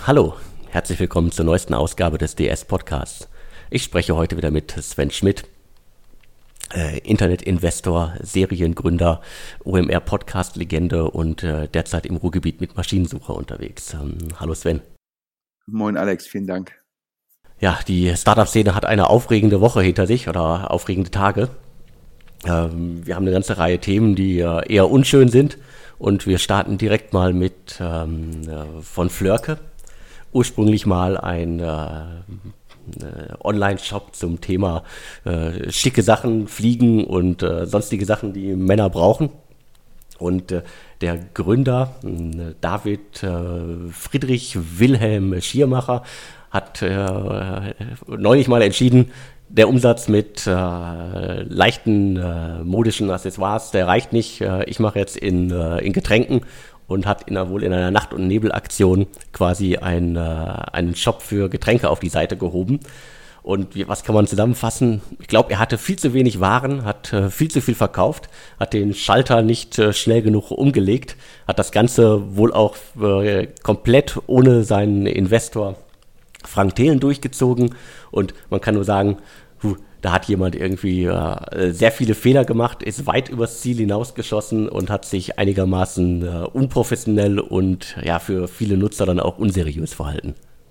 Hallo, herzlich willkommen zur neuesten Ausgabe des DS-Podcasts. Ich spreche heute wieder mit Sven Schmidt, Internetinvestor, Seriengründer, OMR-Podcast-Legende und derzeit im Ruhrgebiet mit Maschinensucher unterwegs. Hallo Sven. Moin Alex, vielen Dank. Ja, die Startup-Szene hat eine aufregende Woche hinter sich oder aufregende Tage. Wir haben eine ganze Reihe Themen, die eher unschön sind und wir starten direkt mal mit von Flörke. Ursprünglich mal ein Online-Shop zum Thema schicke Sachen, Fliegen und sonstige Sachen, die Männer brauchen. Und der Gründer, David Friedrich Wilhelm Schiermacher, hat neulich mal entschieden, der Umsatz mit leichten modischen Accessoires, der reicht nicht. Ich mache jetzt in Getränken und hat wohl in einer Nacht- und Nebelaktion quasi einen Shop für Getränke auf die Seite gehoben. Und was kann man zusammenfassen? Ich glaube, er hatte viel zu wenig Waren, hat viel zu viel verkauft, hat den Schalter nicht schnell genug umgelegt, hat das Ganze wohl auch komplett ohne seinen Investor Frank Thelen durchgezogen. Und man kann nur sagen, da hat jemand irgendwie sehr viele Fehler gemacht, ist weit übers Ziel hinausgeschossen und hat sich einigermaßen unprofessionell und ja für viele Nutzer dann auch unseriös verhalten.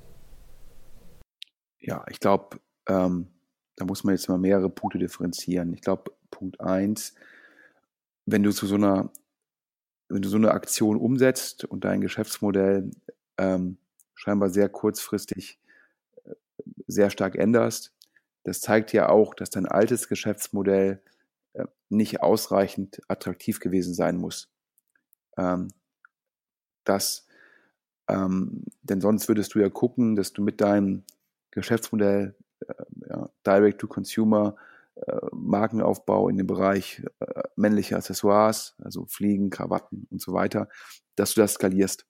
Ja, ich glaube, da muss man jetzt mal mehrere Punkte differenzieren. Ich glaube, Punkt 1, wenn du so eine Aktion umsetzt und dein Geschäftsmodell scheinbar sehr kurzfristig sehr stark änderst, das zeigt ja auch, dass dein altes Geschäftsmodell nicht ausreichend attraktiv gewesen sein muss. Denn sonst würdest du ja gucken, dass du mit deinem Geschäftsmodell Direct-to-Consumer, Markenaufbau in dem Bereich männliche Accessoires, also Fliegen, Krawatten und so weiter, dass du das skalierst.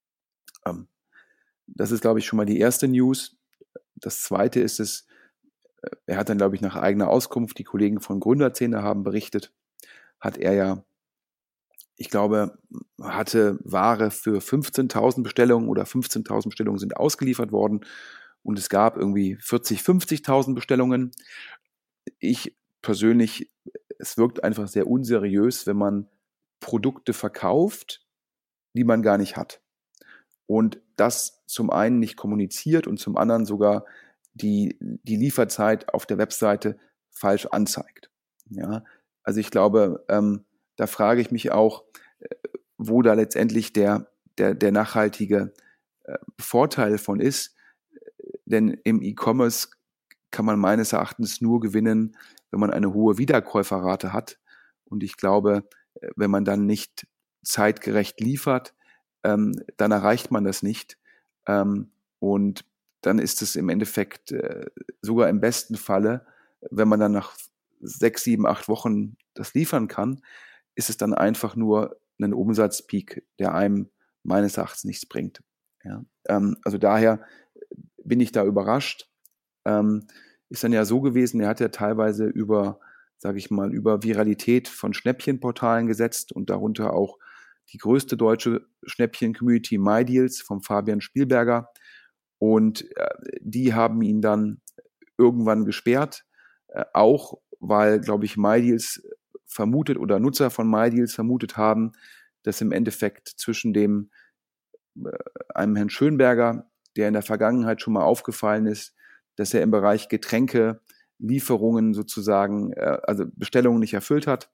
Das ist, glaube ich, schon mal die erste News. Das zweite ist er hat dann, glaube ich, nach eigener Auskunft, die Kollegen von Gründerszene haben berichtet, hat er ja, ich glaube, hatte Ware für 15.000 Bestellungen oder 15.000 Bestellungen sind ausgeliefert worden und es gab irgendwie 40.000, 50.000 Bestellungen. Ich persönlich, es wirkt einfach sehr unseriös, wenn man Produkte verkauft, die man gar nicht hat. Und das zum einen nicht kommuniziert und zum anderen sogar die Lieferzeit auf der Webseite falsch anzeigt. Ja, also ich glaube, da frage ich mich auch, wo da letztendlich der nachhaltige Vorteil von ist. Denn im E-Commerce kann man meines Erachtens nur gewinnen, wenn man eine hohe Wiederkäuferrate hat. Und ich glaube, wenn man dann nicht zeitgerecht liefert, dann erreicht man das nicht. Und dann ist es im Endeffekt sogar im besten Falle, wenn man dann nach 6, 7, 8 Wochen das liefern kann, ist es dann einfach nur ein Umsatzpeak, der einem meines Erachtens nichts bringt. Ja? Also daher bin ich da überrascht. Ist dann ja so gewesen, er hat ja teilweise über, sage ich mal, über Viralität von Schnäppchenportalen gesetzt und darunter auch die größte deutsche Schnäppchen-Community MyDeals vom Fabian Spielberger. Und die haben ihn dann irgendwann gesperrt, auch weil, glaube ich, MyDeals vermutet oder Nutzer von MyDeals vermutet haben, dass im Endeffekt zwischen einem Herrn Schönberger, der in der Vergangenheit schon mal aufgefallen ist, dass er im Bereich Getränke Lieferungen sozusagen, also Bestellungen nicht erfüllt hat,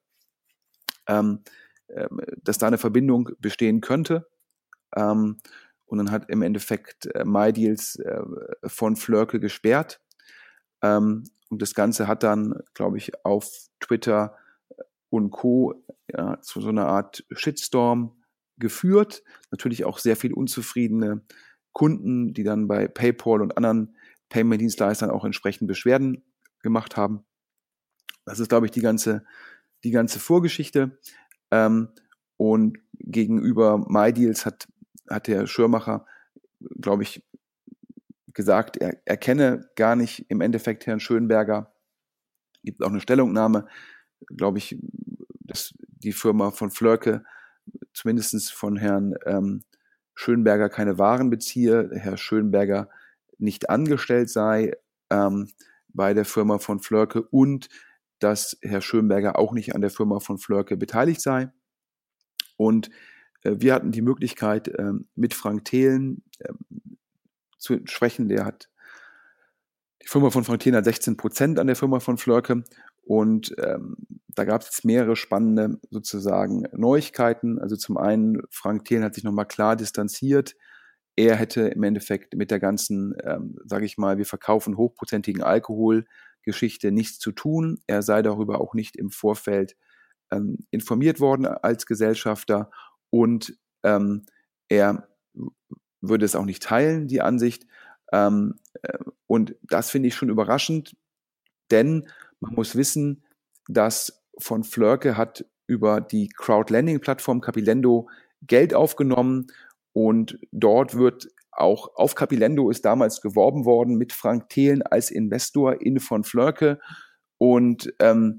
dass da eine Verbindung bestehen könnte. Und dann hat im Endeffekt MyDeals von Flörke gesperrt. Und das Ganze hat dann, glaube ich, auf Twitter und Co. Zu so einer Art Shitstorm geführt. Natürlich auch sehr viel unzufriedene Kunden, die dann bei PayPal und anderen Payment-Dienstleistern auch entsprechend Beschwerden gemacht haben. Das ist, glaube ich, die ganze Vorgeschichte. Und gegenüber MyDeals hat der Schirmacher, glaube ich, gesagt, er kenne gar nicht im Endeffekt Herrn Schönberger. Gibt auch eine Stellungnahme, glaube ich, dass die Firma von Flörke, zumindest von Herrn Schönberger keine Waren beziehe, Herr Schönberger nicht angestellt sei bei der Firma von Flörke und dass Herr Schönberger auch nicht an der Firma von Flörke beteiligt sei. Und wir hatten die Möglichkeit, mit Frank Thelen zu sprechen. Die Firma von Frank Thelen hat 16% an der Firma von Flörke. Und da gab es jetzt spannende sozusagen Neuigkeiten. Also zum einen, Frank Thelen hat sich nochmal klar distanziert. Er hätte im Endeffekt mit der ganzen, sage ich mal, wir verkaufen hochprozentigen Alkohol-Geschichte nichts zu tun. Er sei darüber auch nicht im Vorfeld informiert worden als Gesellschafter und er würde es auch nicht teilen, die Ansicht. Und das finde ich schon überraschend, denn man muss wissen, dass von Flörke hat über die Crowdlending-Plattform Capilendo Geld aufgenommen und dort wird auch auf Capilendo ist damals geworben worden mit Frank Thelen als Investor in von Flörke und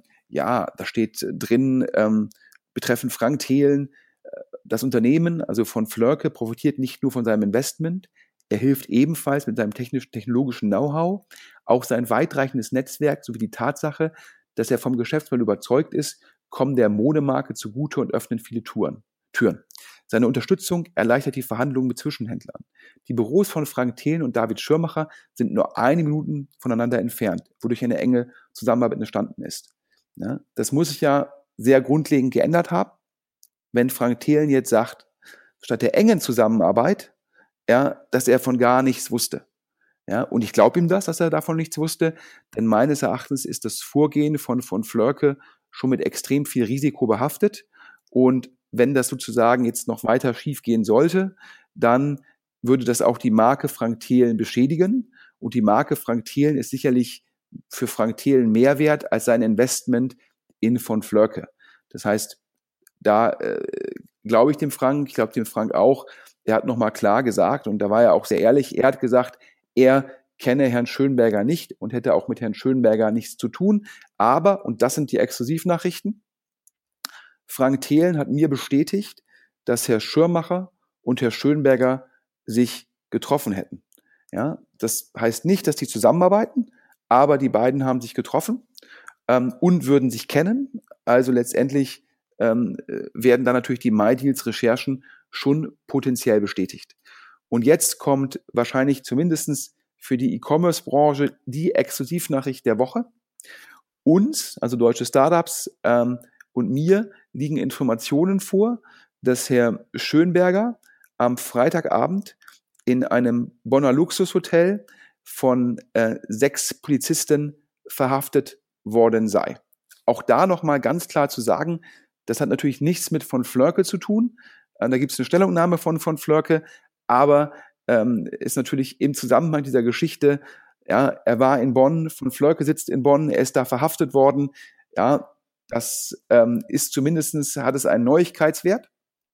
da steht drin, betreffend Frank Thelen, das Unternehmen, also von Flörke, profitiert nicht nur von seinem Investment, er hilft ebenfalls mit seinem technologischen Know-how, auch sein weitreichendes Netzwerk sowie die Tatsache, dass er vom Geschäftsmodell überzeugt ist, kommen der Modemarke zugute und öffnen viele Türen. Seine Unterstützung erleichtert die Verhandlungen mit Zwischenhändlern. Die Büros von Frank Thelen und David Schirmacher sind nur 1 Minute voneinander entfernt, wodurch eine enge Zusammenarbeit entstanden ist. Ja, das muss sich ja sehr grundlegend geändert haben, wenn Frank Thelen jetzt sagt, statt der engen Zusammenarbeit, dass er von gar nichts wusste. Ja, und ich glaube ihm das, dass er davon nichts wusste, denn meines Erachtens ist das Vorgehen von Flörke schon mit extrem viel Risiko behaftet. Und wenn das sozusagen jetzt noch weiter schief gehen sollte, dann würde das auch die Marke Frank Thelen beschädigen. Und die Marke Frank Thelen ist sicherlich für Frank Thelen mehr wert als sein Investment in von Flörke. Das heißt, da glaube ich dem Frank, ich glaube dem Frank auch, er hat nochmal klar gesagt, und da war er auch sehr ehrlich, er hat gesagt, er kenne Herrn Schönberger nicht und hätte auch mit Herrn Schönberger nichts zu tun. Aber, und das sind die Exklusivnachrichten, Frank Thelen hat mir bestätigt, dass Herr Schirmacher und Herr Schönberger sich getroffen hätten. Ja, das heißt nicht, dass die zusammenarbeiten, aber die beiden haben sich getroffen und würden sich kennen. Also letztendlich werden dann natürlich die MyDeals-Recherchen schon potenziell bestätigt. Und jetzt kommt wahrscheinlich zumindest für die E-Commerce-Branche die Exklusivnachricht der Woche. Uns, also deutsche Startups und mir liegen Informationen vor, dass Herr Schönberger am Freitagabend in einem Bonner Luxushotel von 6 Polizisten verhaftet worden sei. Auch da nochmal ganz klar zu sagen, das hat natürlich nichts mit von Flörke zu tun. Da gibt es eine Stellungnahme von Flörke, aber ist natürlich im Zusammenhang dieser Geschichte, ja, er war in Bonn, von Flörke sitzt in Bonn, er ist da verhaftet worden, ja, das ist zumindestens, hat es einen Neuigkeitswert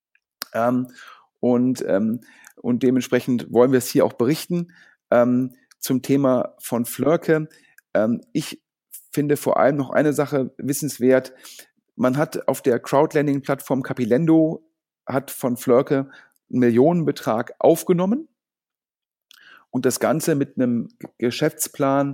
und dementsprechend wollen wir es hier auch berichten zum Thema von Flörke. Ich finde vor allem noch eine Sache wissenswert, man hat auf der Crowdlending-Plattform Capilendo hat von Flörke einen Millionenbetrag aufgenommen und das Ganze mit einem Geschäftsplan,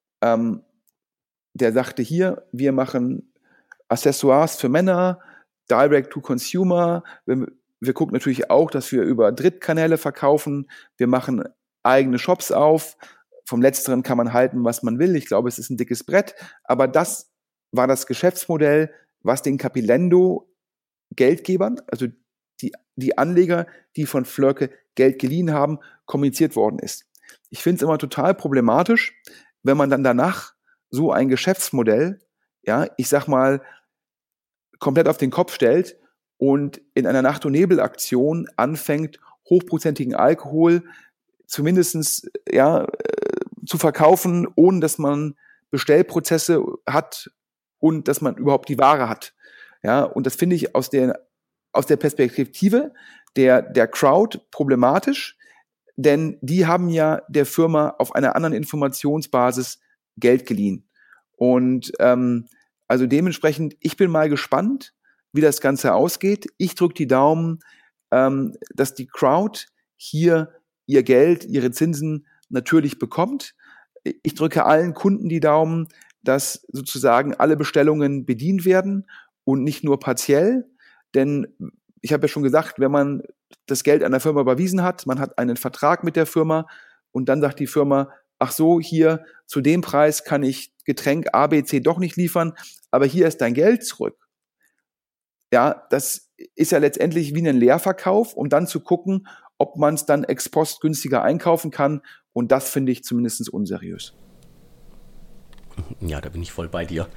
der sagte hier, wir machen Accessoires für Männer, Direct to Consumer, wir gucken natürlich auch, dass wir über Drittkanäle verkaufen, wir machen eigene Shops auf, vom Letzteren kann man halten, was man will, ich glaube, es ist ein dickes Brett, aber das war das Geschäftsmodell, was den Capilendo Geldgebern, also die Anleger, die von Flörke Geld geliehen haben, kommuniziert worden ist. Ich finde es immer total problematisch, wenn man dann danach so ein Geschäftsmodell, ja, ich sag mal, komplett auf den Kopf stellt und in einer Nacht- und Nebel-Aktion anfängt, hochprozentigen Alkohol zumindestens zu verkaufen, ohne dass man Bestellprozesse hat und dass man überhaupt die Ware hat. Ja, und das finde ich aus der Perspektive der Crowd problematisch, denn die haben ja der Firma auf einer anderen Informationsbasis Geld geliehen. Und also dementsprechend, ich bin mal gespannt, wie das Ganze ausgeht. Ich drücke die Daumen, dass die Crowd hier ihr Geld, ihre Zinsen natürlich bekommt. Ich drücke allen Kunden die Daumen, dass sozusagen alle Bestellungen bedient werden und nicht nur partiell. Denn ich habe ja schon gesagt, wenn man das Geld an der Firma überwiesen hat, man hat einen Vertrag mit der Firma und dann sagt die Firma, ach so, hier zu dem Preis kann ich Getränk A, B, C doch nicht liefern, aber hier ist dein Geld zurück. Ja, das ist ja letztendlich wie ein Leerverkauf, um dann zu gucken, ob man es dann ex post günstiger einkaufen kann. Und das finde ich zumindest unseriös. Ja, da bin ich voll bei dir.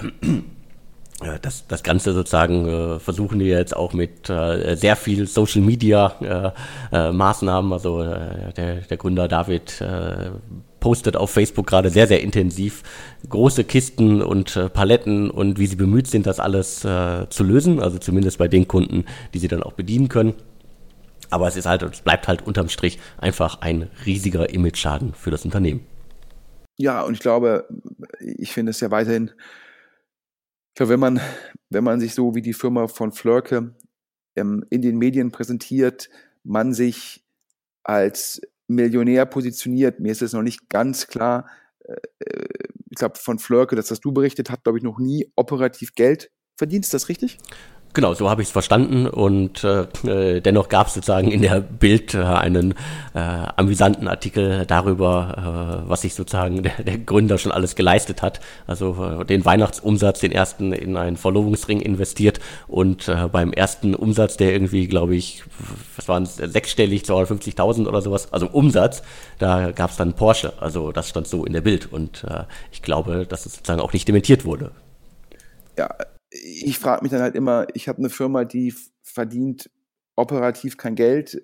Das Ganze sozusagen versuchen wir jetzt auch mit sehr viel Social Media Maßnahmen. Also der Gründer David postet auf Facebook gerade sehr, sehr intensiv große Kisten und Paletten und wie sie bemüht sind, das alles zu lösen. Also zumindest bei den Kunden, die sie dann auch bedienen können. Aber es bleibt halt unterm Strich einfach ein riesiger Image-Schaden für das Unternehmen. Ja, und ich finde es ja weiterhin, ich glaube, wenn man sich so wie die Firma von Flörke in den Medien präsentiert, man sich als Millionär positioniert, mir ist es noch nicht ganz klar, ich glaube von Flörke, das du berichtet, hat, glaube ich, noch nie operativ Geld verdient, ist das richtig? Genau, so habe ich es verstanden und dennoch gab es sozusagen in der Bild einen amüsanten Artikel darüber, was sich sozusagen der Gründer schon alles geleistet hat. Also den Weihnachtsumsatz, den ersten in einen Verlobungsring investiert und beim ersten Umsatz, der irgendwie, glaube ich, was waren es, sechsstellig, 250.000 oder sowas, also Umsatz, da gab es dann Porsche. Also das stand so in der Bild und ich glaube, dass es sozusagen auch nicht dementiert wurde. Ja, ich frage mich dann halt immer, ich habe eine Firma, die verdient operativ kein Geld.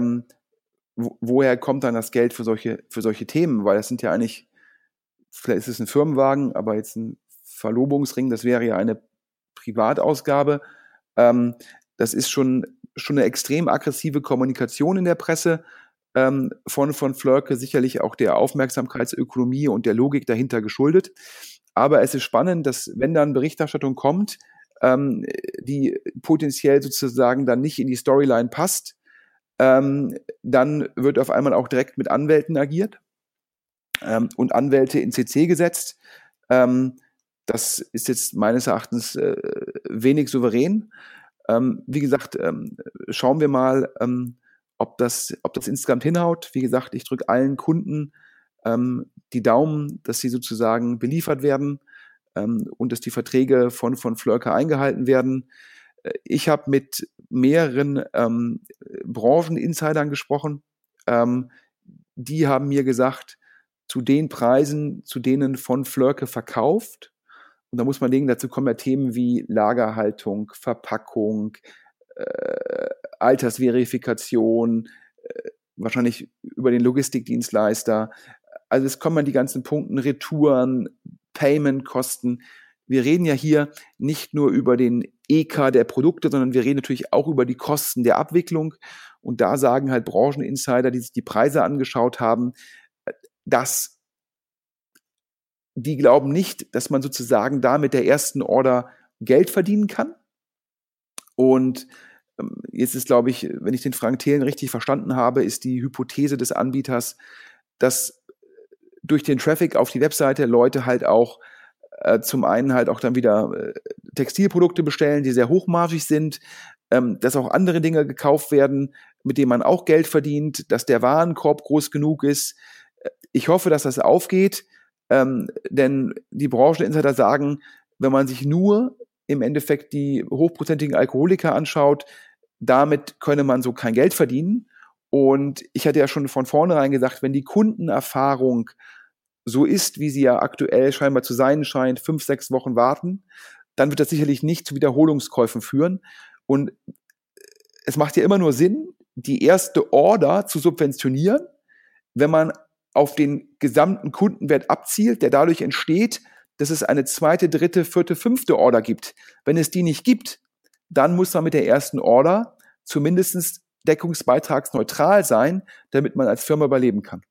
Woher kommt dann das Geld für solche Themen? Weil das sind ja eigentlich, vielleicht ist es ein Firmenwagen, aber jetzt ein Verlobungsring, das wäre ja eine Privatausgabe. Das ist schon eine extrem aggressive Kommunikation in der Presse von Flörke, sicherlich auch der Aufmerksamkeitsökonomie und der Logik dahinter geschuldet. Aber es ist spannend, dass wenn dann Berichterstattung kommt, die potenziell sozusagen dann nicht in die Storyline passt, dann wird auf einmal auch direkt mit Anwälten agiert und Anwälte in CC gesetzt. Das ist jetzt meines Erachtens wenig souverän. Wie gesagt, schauen wir mal, ob das insgesamt hinhaut. Wie gesagt, ich drücke allen Kunden die Daumen, dass sie sozusagen beliefert werden und dass die Verträge von Flörke eingehalten werden. Ich habe mit mehreren Brancheninsidern gesprochen. Die haben mir gesagt, zu den Preisen, zu denen von Flörke verkauft, und da muss man denken, dazu kommen ja Themen wie Lagerhaltung, Verpackung, Altersverifikation, wahrscheinlich über den Logistikdienstleister. Also es kommen die ganzen Punkte, Retouren, Payment-Kosten. Wir reden ja hier nicht nur über den EK der Produkte, sondern wir reden natürlich auch über die Kosten der Abwicklung. Und da sagen halt Brancheninsider, die sich die Preise angeschaut haben, dass die glauben nicht, dass man sozusagen da mit der ersten Order Geld verdienen kann. Und jetzt ist, glaube ich, wenn ich den Frank Thelen richtig verstanden habe, ist die Hypothese des Anbieters, dass durch den Traffic auf die Webseite Leute halt auch zum einen halt auch dann wieder Textilprodukte bestellen, die sehr hochmargig sind, dass auch andere Dinge gekauft werden, mit denen man auch Geld verdient, dass der Warenkorb groß genug ist. Ich hoffe, dass das aufgeht, denn die Brancheninsider sagen, wenn man sich nur im Endeffekt die hochprozentigen Alkoholiker anschaut, damit könne man so kein Geld verdienen. Und ich hatte ja schon von vornherein gesagt, wenn die Kundenerfahrung so ist, wie sie ja aktuell scheinbar zu sein scheint, 5-6 Wochen warten, dann wird das sicherlich nicht zu Wiederholungskäufen führen. Und es macht ja immer nur Sinn, die erste Order zu subventionieren, wenn man auf den gesamten Kundenwert abzielt, der dadurch entsteht, dass es eine zweite, dritte, vierte, fünfte Order gibt. Wenn es die nicht gibt, dann muss man mit der ersten Order zumindest deckungsbeitragsneutral sein, damit man als Firma überleben kann.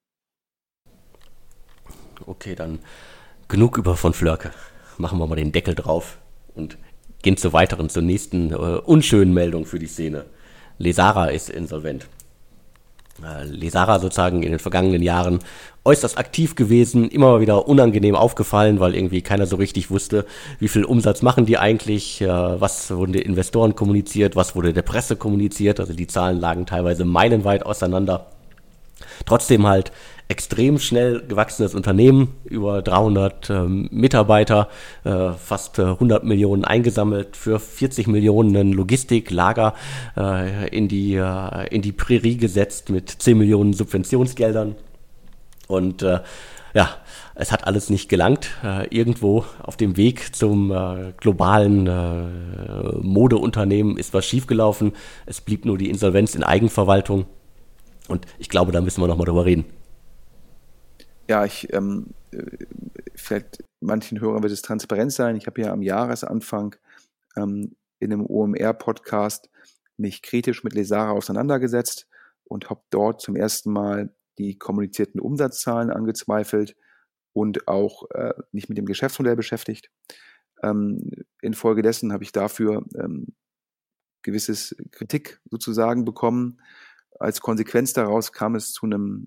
Okay, dann genug über von Flörke. Machen wir mal den Deckel drauf und gehen zur nächsten unschönen Meldung für die Szene. Lesara ist insolvent. Lesara sozusagen in den vergangenen Jahren äußerst aktiv gewesen, immer wieder unangenehm aufgefallen, weil irgendwie keiner so richtig wusste, wie viel Umsatz machen die eigentlich, was wurden den Investoren kommuniziert, was wurde der Presse kommuniziert, also die Zahlen lagen teilweise meilenweit auseinander. Trotzdem halt extrem schnell gewachsenes Unternehmen, über 300 Mitarbeiter, fast 100 Millionen eingesammelt, für 40 Millionen Logistik, Lager in die Prärie gesetzt mit 10 Millionen Subventionsgeldern. Und ja, es hat alles nicht gelangt. Irgendwo auf dem Weg zum globalen Modeunternehmen ist was schiefgelaufen. Es blieb nur die Insolvenz in Eigenverwaltung. Und ich glaube, da müssen wir nochmal drüber reden. Ja, vielleicht manchen Hörern wird es transparent sein. Ich habe ja am Jahresanfang in einem OMR-Podcast mich kritisch mit Lesara auseinandergesetzt und habe dort zum ersten Mal die kommunizierten Umsatzzahlen angezweifelt und auch mich mit dem Geschäftsmodell beschäftigt. Infolgedessen habe ich dafür gewisses Kritik sozusagen bekommen. Als Konsequenz daraus kam es zu einem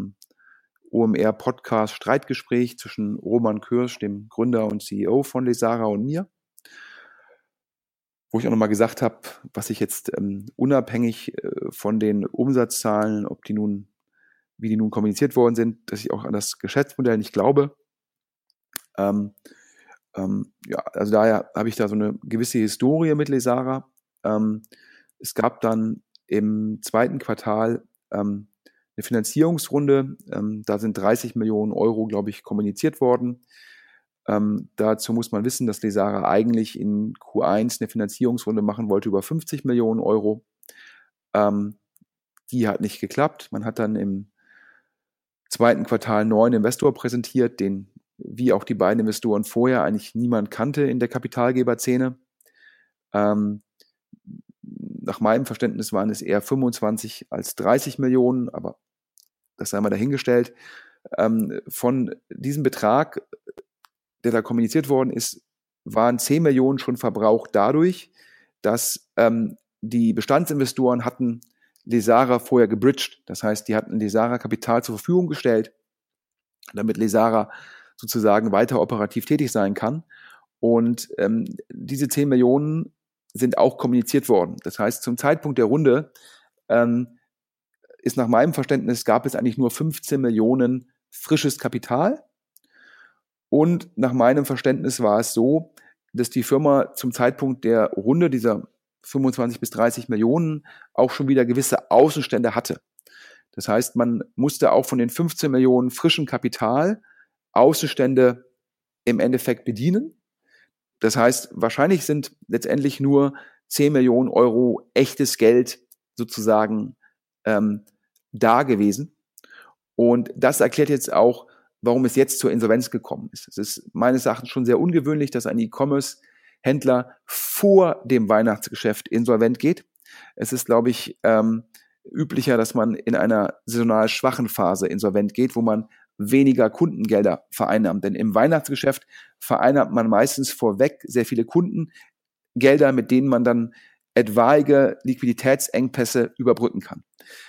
OMR-Podcast-Streitgespräch zwischen Roman Kürsch, dem Gründer und CEO von Lesara, und mir, wo ich auch nochmal gesagt habe, was ich jetzt unabhängig von den Umsatzzahlen, wie die nun kommuniziert worden sind, dass ich auch an das Geschäftsmodell nicht glaube. Ja, also daher habe ich da so eine gewisse Historie mit Lesara. Es gab dann im zweiten Quartal eine Finanzierungsrunde. Da sind 30 Millionen Euro, glaube ich, kommuniziert worden. Dazu muss man wissen, dass Lesara eigentlich in Q1 eine Finanzierungsrunde machen wollte über 50 Millionen Euro. Die hat nicht geklappt. Man hat dann im zweiten Quartal einen neuen Investor präsentiert, den wie auch die beiden Investoren vorher eigentlich niemand kannte in der Kapitalgeberszene. Nach meinem Verständnis waren es eher 25 als 30 Millionen, aber das sei mal dahingestellt. Von diesem Betrag, der da kommuniziert worden ist, waren 10 Millionen schon verbraucht dadurch, dass die Bestandsinvestoren hatten Lesara vorher gebridged. Das heißt, die hatten Lesara Kapital zur Verfügung gestellt, damit Lesara sozusagen weiter operativ tätig sein kann. Und diese 10 Millionen sind auch kommuniziert worden. Das heißt, zum Zeitpunkt der Runde ist nach meinem Verständnis, gab es eigentlich nur 15 Millionen frisches Kapital. Und nach meinem Verständnis war es so, dass die Firma zum Zeitpunkt der Runde dieser 25 bis 30 Millionen auch schon wieder gewisse Außenstände hatte. Das heißt, man musste auch von den 15 Millionen frischen Kapital Außenstände im Endeffekt bedienen. Das heißt, wahrscheinlich sind letztendlich nur 10 Millionen Euro echtes Geld sozusagen da gewesen. Und das erklärt jetzt auch, warum es jetzt zur Insolvenz gekommen ist. Es ist meines Erachtens schon sehr ungewöhnlich, dass ein E-Commerce-Händler vor dem Weihnachtsgeschäft insolvent geht. Es ist, glaube ich, üblicher, dass man in einer saisonal schwachen Phase insolvent geht, wo man weniger Kundengelder vereinnahmt. Denn im Weihnachtsgeschäft vereinnahmt man meistens vorweg sehr viele Kundengelder, mit denen man dann etwaige Liquiditätsengpässe überbrücken kann.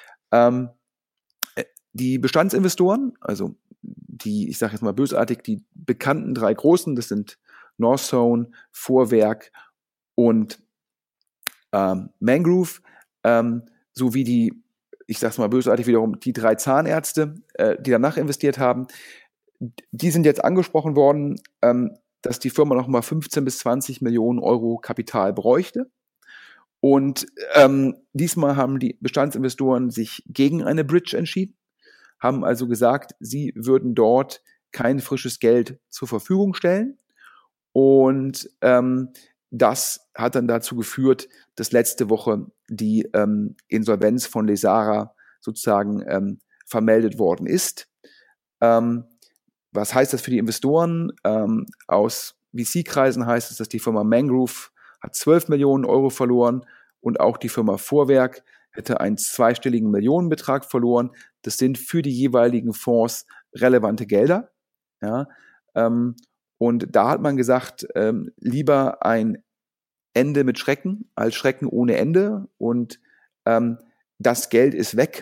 Die Bestandsinvestoren, also die, ich sage jetzt mal bösartig, die bekannten 3 großen, das sind Northzone, Vorwerk und Mangrove, sowie die, ich sage es mal bösartig wiederum, die 3 Zahnärzte, die danach investiert haben, die sind jetzt angesprochen worden, dass die Firma noch mal 15 bis 20 Millionen Euro Kapital bräuchte. Und diesmal haben die Bestandsinvestoren sich gegen eine Bridge entschieden, haben also gesagt, sie würden dort kein frisches Geld zur Verfügung stellen. Und das hat dann dazu geführt, dass letzte Woche die Insolvenz von Lesara sozusagen vermeldet worden ist. Was heißt das für die Investoren? Aus VC-Kreisen heißt es, dass die Firma Mangrove hat 12 Millionen Euro verloren und auch die Firma Vorwerk hätte einen zweistelligen Millionenbetrag verloren. Das sind für die jeweiligen Fonds relevante Gelder. Ja, und da hat man gesagt, lieber ein Ende mit Schrecken als Schrecken ohne Ende. Und Das Geld ist weg.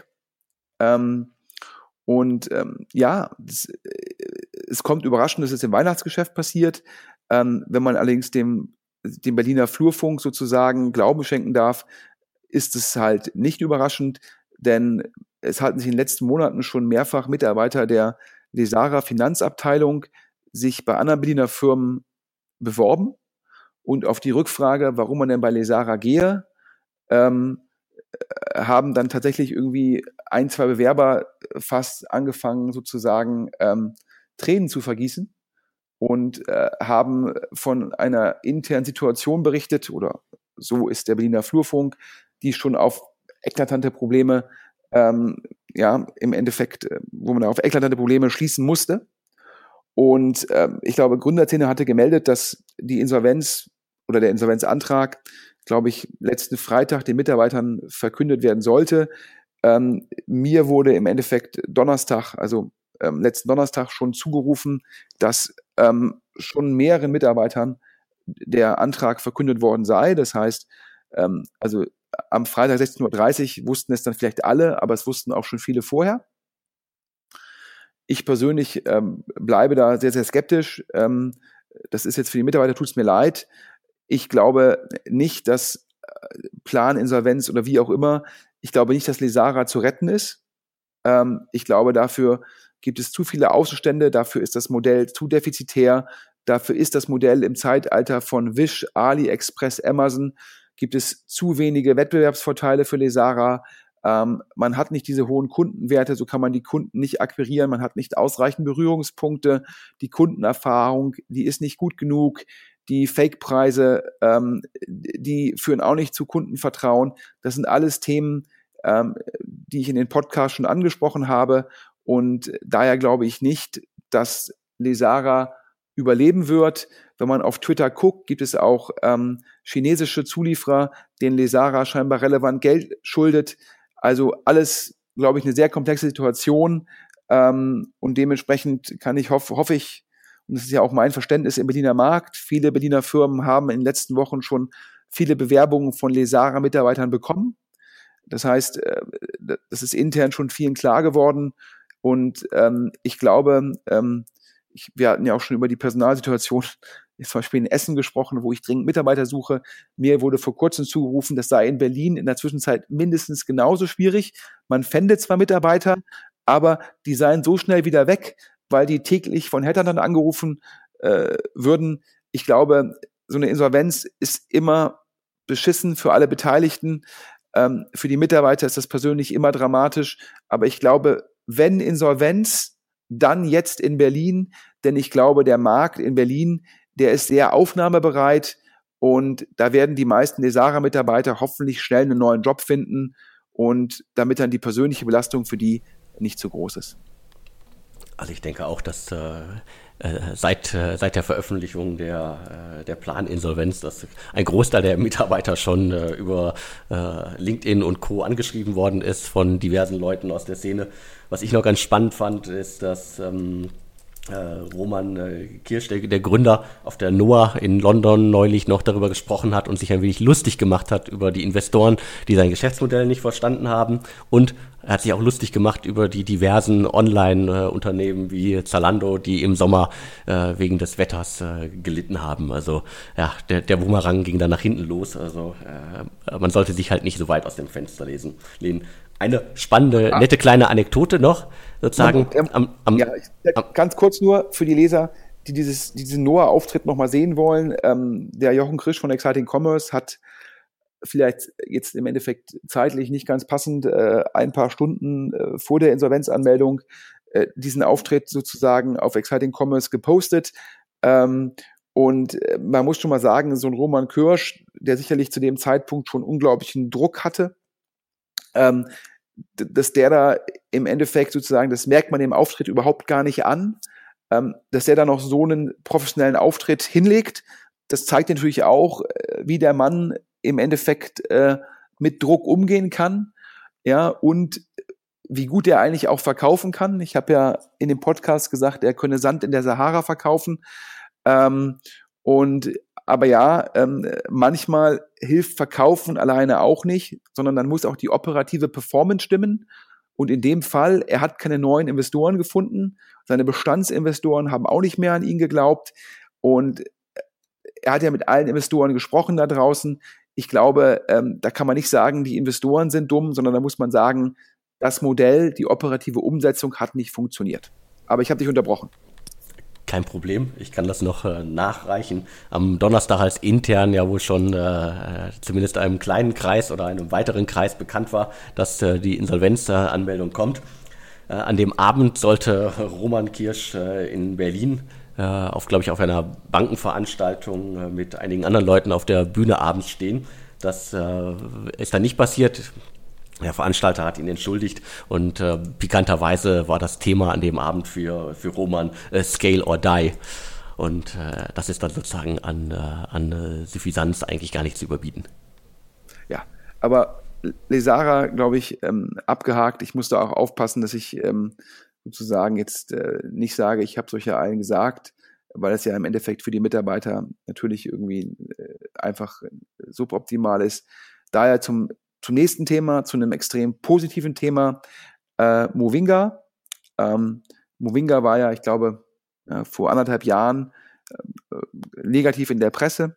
Es kommt überraschend, dass es im Weihnachtsgeschäft passiert. Wenn man allerdings dem Berliner Flurfunk sozusagen Glauben schenken darf, ist es halt nicht überraschend, denn es hatten sich in den letzten Monaten schon mehrfach Mitarbeiter der Lesara Finanzabteilung sich bei anderen Berliner Firmen beworben und auf die Rückfrage, warum man denn bei Lesara gehe, haben dann tatsächlich irgendwie 1, 2 Bewerber fast angefangen, sozusagen Tränen zu vergießen und haben von einer internen Situation berichtet, oder so ist der Berliner Flurfunk, die schon auf eklatante Probleme, im Endeffekt, wo man auf eklatante Probleme schließen musste. Und ich glaube, Gründerszene hatte gemeldet, dass die Insolvenz oder der Insolvenzantrag, glaube ich, letzten Freitag den Mitarbeitern verkündet werden sollte. Mir wurde im Endeffekt letzten Donnerstag schon zugerufen, dass schon mehreren Mitarbeitern der Antrag verkündet worden sei. Das heißt, am Freitag 16:30 Uhr wussten es dann vielleicht alle, aber es wussten auch schon viele vorher. Ich persönlich bleibe da sehr, sehr skeptisch. Das ist jetzt für die Mitarbeiter, tut es mir leid. Ich glaube nicht, dass Planinsolvenz oder wie auch immer, ich glaube nicht, dass Lesara zu retten ist. Ich glaube, dafür gibt es zu viele Außenstände, dafür ist das Modell zu defizitär, dafür ist das Modell im Zeitalter von Wish, AliExpress, Amazon, gibt es zu wenige Wettbewerbsvorteile für Lesara. Man hat nicht diese hohen Kundenwerte, so kann man die Kunden nicht akquirieren, man hat nicht ausreichend Berührungspunkte, die Kundenerfahrung, die ist nicht gut genug, die Fake-Preise, die führen auch nicht zu Kundenvertrauen. Das sind alles Themen, die ich in den Podcasts schon angesprochen habe, und daher glaube ich nicht, dass Lesara überleben wird. Wenn man auf Twitter guckt, gibt es auch chinesische Zulieferer, denen Lesara scheinbar relevant Geld schuldet. Also alles, glaube ich, eine sehr komplexe Situation, und dementsprechend hoffe ich, und das ist ja auch mein Verständnis im Berliner Markt, viele Berliner Firmen haben in den letzten Wochen schon viele Bewerbungen von Lesara-Mitarbeitern bekommen. Das heißt, das ist intern schon vielen klar geworden, und ich glaube, wir hatten ja auch schon über die Personalsituation zum Beispiel in Essen gesprochen, wo ich dringend Mitarbeiter suche. Mir wurde vor kurzem zugerufen, das sei in Berlin in der Zwischenzeit mindestens genauso schwierig. Man fände zwar Mitarbeiter, aber die seien so schnell wieder weg, weil die täglich von Headhuntern angerufen würden. Ich glaube, so eine Insolvenz ist immer beschissen für alle Beteiligten. Für die Mitarbeiter ist das persönlich immer dramatisch. Aber ich glaube, wenn Insolvenz, dann jetzt in Berlin, denn ich glaube, der Markt in Berlin, der ist sehr aufnahmebereit, und da werden die meisten Lesara-Mitarbeiter hoffentlich schnell einen neuen Job finden, und damit dann die persönliche Belastung für die nicht zu groß ist. Also ich denke auch, dass seit der Veröffentlichung der Planinsolvenz, dass ein Großteil der Mitarbeiter schon über LinkedIn und Co. angeschrieben worden ist von diversen Leuten aus der Szene. Was ich noch ganz spannend fand, ist, dass Roman Kirsch, der Gründer, auf der NOAH in London neulich noch darüber gesprochen hat und sich ein wenig lustig gemacht hat über die Investoren, die sein Geschäftsmodell nicht verstanden haben, und er hat sich auch lustig gemacht über die diversen Online-Unternehmen wie Zalando, die im Sommer wegen des Wetters gelitten haben. Also ja, der Bumerang ging dann nach hinten los. Also man sollte sich halt nicht so weit aus dem Fenster lehnen. Eine spannende, nette kleine Anekdote noch, sozusagen. Ganz kurz nur für die Leser, die diesen NOAH-Auftritt nochmal sehen wollen. Der Jochen Krisch von Exciting Commerce hat vielleicht jetzt im Endeffekt zeitlich nicht ganz passend ein paar Stunden vor der Insolvenzanmeldung diesen Auftritt sozusagen auf Exciting Commerce gepostet. Und man muss schon mal sagen, so ein Roman Kirsch, der sicherlich zu dem Zeitpunkt schon unglaublichen Druck hatte, dass der da im Endeffekt sozusagen, das merkt man im Auftritt überhaupt gar nicht an, dass der da noch so einen professionellen Auftritt hinlegt. Das zeigt natürlich auch, wie der Mann im Endeffekt mit Druck umgehen kann, ja, und wie gut er eigentlich auch verkaufen kann. Ich habe ja in dem Podcast gesagt, er könne Sand in der Sahara verkaufen. Und Aber ja, manchmal hilft Verkaufen alleine auch nicht, sondern dann muss auch die operative Performance stimmen. Und in dem Fall, er hat keine neuen Investoren gefunden. Seine Bestandsinvestoren haben auch nicht mehr an ihn geglaubt. Und er hat ja mit allen Investoren gesprochen da draußen. Ich glaube, da kann man nicht sagen, die Investoren sind dumm, sondern da muss man sagen, das Modell, die operative Umsetzung hat nicht funktioniert. Aber ich habe dich unterbrochen. Kein Problem, ich kann das noch nachreichen. Am Donnerstag, als intern ja wohl schon zumindest einem kleinen Kreis oder einem weiteren Kreis bekannt war, dass die Insolvenzanmeldung kommt. An dem Abend sollte Roman Kirsch in Berlin auf einer Bankenveranstaltung mit einigen anderen Leuten auf der Bühne abends stehen. Das ist dann nicht passiert. Der Veranstalter hat ihn entschuldigt und pikanterweise war das Thema an dem Abend für Roman Scale or Die. Und das ist dann sozusagen an Suffisanz eigentlich gar nicht zu überbieten. Ja, aber Lesara, glaube ich, abgehakt. Ich muss da auch aufpassen, dass ich sozusagen jetzt nicht sage, ich habe es euch ja allen gesagt, weil es ja im Endeffekt für die Mitarbeiter natürlich irgendwie einfach suboptimal ist. Daher zum nächsten Thema, zu einem extrem positiven Thema, Movinga. Movinga war ja, ich glaube, vor 1,5 Jahren negativ in der Presse,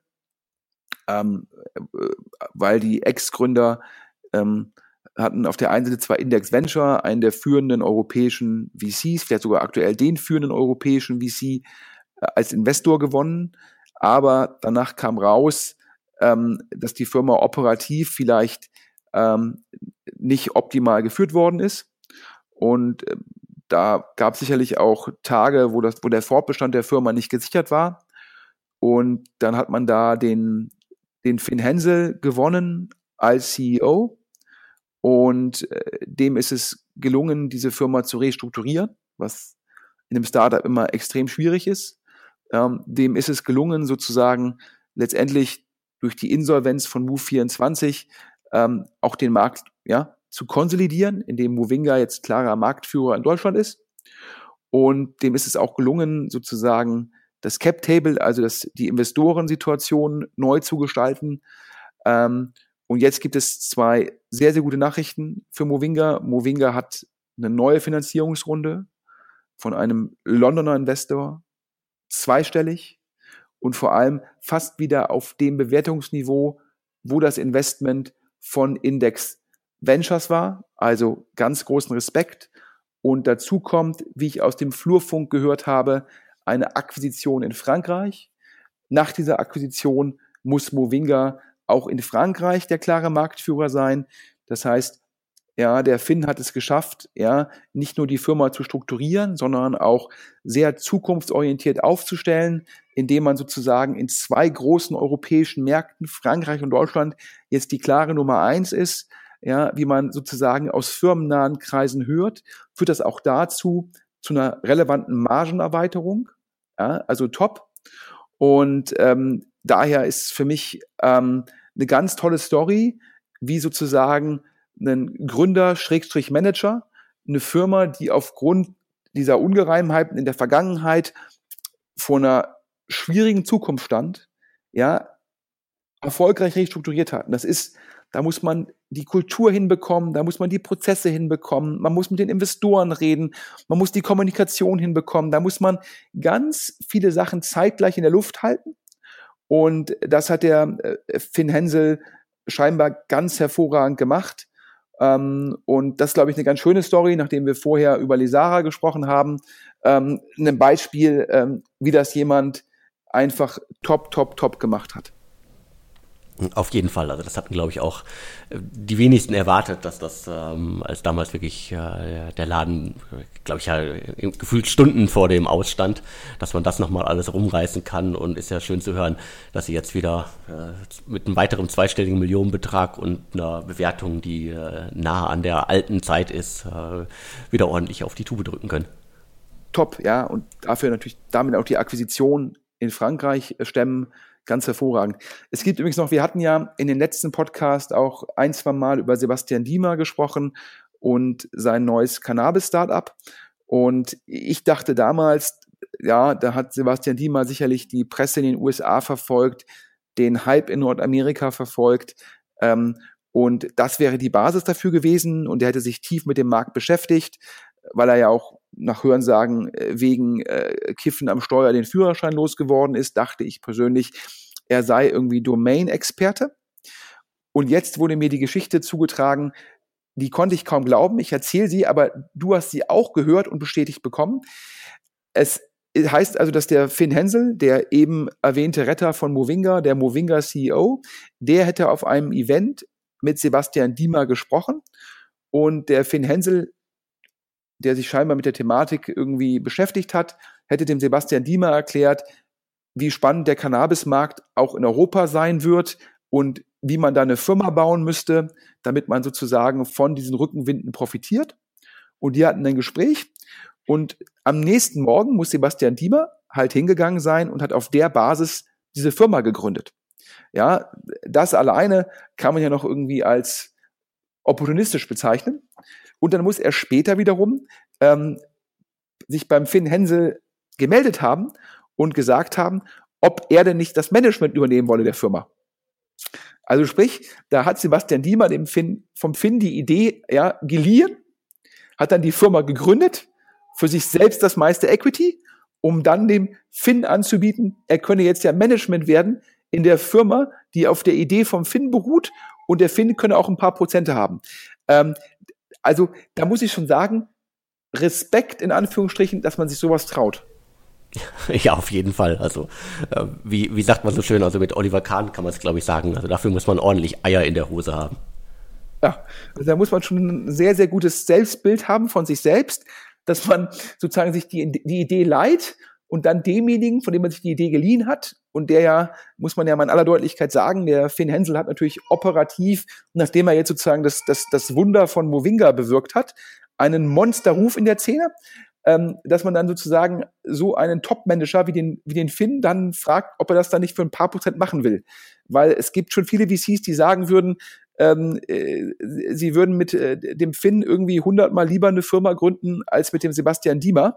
weil die Ex-Gründer hatten auf der einen Seite zwar Index Venture, einen der führenden europäischen VCs, vielleicht sogar aktuell den führenden europäischen VC als Investor gewonnen, aber danach kam raus, dass die Firma operativ vielleicht nicht optimal geführt worden ist. Und da gab es sicherlich auch Tage, wo der Fortbestand der Firma nicht gesichert war. Und dann hat man da den Finn Hensel gewonnen als CEO. Und dem ist es gelungen, diese Firma zu restrukturieren, was in einem Startup immer extrem schwierig ist. Dem ist es gelungen, sozusagen letztendlich durch die Insolvenz von Move24 auch den Markt zu konsolidieren, indem Movinga jetzt klarer Marktführer in Deutschland ist. Und dem ist es auch gelungen, sozusagen das Cap-Table, also die Investorensituation neu zu gestalten. Und jetzt gibt es 2 sehr, sehr gute Nachrichten für Movinga. Movinga hat eine neue Finanzierungsrunde von einem Londoner Investor, zweistellig und vor allem fast wieder auf dem Bewertungsniveau, wo das Investment von Index Ventures war, also ganz großen Respekt. Und dazu kommt, wie ich aus dem Flurfunk gehört habe, eine Akquisition in Frankreich. Nach dieser Akquisition muss Movinga auch in Frankreich der klare Marktführer sein. Das heißt, der Finn hat es geschafft, nicht nur die Firma zu strukturieren, sondern auch sehr zukunftsorientiert aufzustellen, indem man sozusagen in 2 großen europäischen Märkten, Frankreich und Deutschland, jetzt die klare Nummer 1 ist. Wie man sozusagen aus firmennahen Kreisen hört, führt das auch dazu, zu einer relevanten Margenerweiterung, also top. Und daher ist für mich eine ganz tolle Story, wie sozusagen ein Gründer-Manager, eine Firma, die aufgrund dieser Ungereimtheiten in der Vergangenheit vor einer schwierigen Zukunft stand, erfolgreich restrukturiert hat. Und da muss man die Kultur hinbekommen, da muss man die Prozesse hinbekommen, man muss mit den Investoren reden, man muss die Kommunikation hinbekommen, da muss man ganz viele Sachen zeitgleich in der Luft halten. Und das hat der Finn Hensel scheinbar ganz hervorragend gemacht. Und das ist, glaube ich, eine ganz schöne Story, nachdem wir vorher über Lesara gesprochen haben. Ein Beispiel, wie das jemand einfach top gemacht hat. Auf jeden Fall, also das hatten, glaube ich, auch die wenigsten erwartet, dass das als damals wirklich der Laden, glaube ich, gefühlt Stunden vor dem Ausstand, dass man das nochmal alles rumreißen kann, und ist ja schön zu hören, dass sie jetzt wieder mit einem weiteren zweistelligen Millionenbetrag und einer Bewertung, die nahe an der alten Zeit ist, wieder ordentlich auf die Tube drücken können. Top, und damit auch die Akquisition in Frankreich stemmen. Ganz hervorragend. Es gibt übrigens noch, wir hatten ja in den letzten Podcast auch 1-2 Mal über Sebastian Diemer gesprochen und sein neues Cannabis-Startup. Und ich dachte damals, ja, da hat Sebastian Diemer sicherlich die Presse in den USA verfolgt, den Hype in Nordamerika verfolgt. Und das wäre die Basis dafür gewesen. Und er hätte sich tief mit dem Markt beschäftigt, weil er ja auch nach Hörensagen wegen Kiffen am Steuer den Führerschein losgeworden ist, dachte ich persönlich, er sei irgendwie Domain-Experte. Und jetzt wurde mir die Geschichte zugetragen, die konnte ich kaum glauben. Ich erzähle sie, aber du hast sie auch gehört und bestätigt bekommen. Es heißt also, dass der Finn Hensel, der eben erwähnte Retter von Movinga, der Movinga CEO, der hätte auf einem Event mit Sebastian Diemer gesprochen. Und der Finn Hensel, der sich scheinbar mit der Thematik irgendwie beschäftigt hat, hätte dem Sebastian Diemer erklärt, wie spannend der Cannabismarkt auch in Europa sein wird und wie man da eine Firma bauen müsste, damit man sozusagen von diesen Rückenwinden profitiert. Und die hatten ein Gespräch. Und am nächsten Morgen muss Sebastian Diemer halt hingegangen sein und hat auf der Basis diese Firma gegründet. Ja, das alleine kann man ja noch irgendwie als opportunistisch bezeichnen. Und dann muss er später wiederum sich beim Finn Hensel gemeldet haben und gesagt haben, ob er denn nicht das Management übernehmen wolle der Firma. Also sprich, da hat Sebastian Diemer vom Finn die Idee geliehen, hat dann die Firma gegründet, für sich selbst das meiste Equity, um dann dem Finn anzubieten, er könne jetzt ja Management werden in der Firma, die auf der Idee vom Finn beruht, und der Finn könne auch ein paar Prozente haben. Also da muss ich schon sagen, Respekt in Anführungsstrichen, dass man sich sowas traut. Ja, auf jeden Fall. Also wie sagt man so schön, also mit Oliver Kahn kann man es, glaube ich, sagen. Also dafür muss man ordentlich Eier in der Hose haben. Ja, also da muss man schon ein sehr, sehr gutes Selbstbild haben von sich selbst, dass man sozusagen sich die Idee leiht und dann demjenigen, von dem man sich die Idee geliehen hat, und der ja, muss man ja mal in aller Deutlichkeit sagen, der Finn Hensel hat natürlich operativ, nachdem er jetzt sozusagen das Wunder von Movinga bewirkt hat, einen Monsterruf in der Szene, dass man dann sozusagen so einen Top-Manager wie den Finn dann fragt, ob er das dann nicht für ein paar Prozent machen will. Weil es gibt schon viele VCs, die sagen würden, sie würden mit dem Finn irgendwie 100-mal lieber eine Firma gründen als mit dem Sebastian Diemer.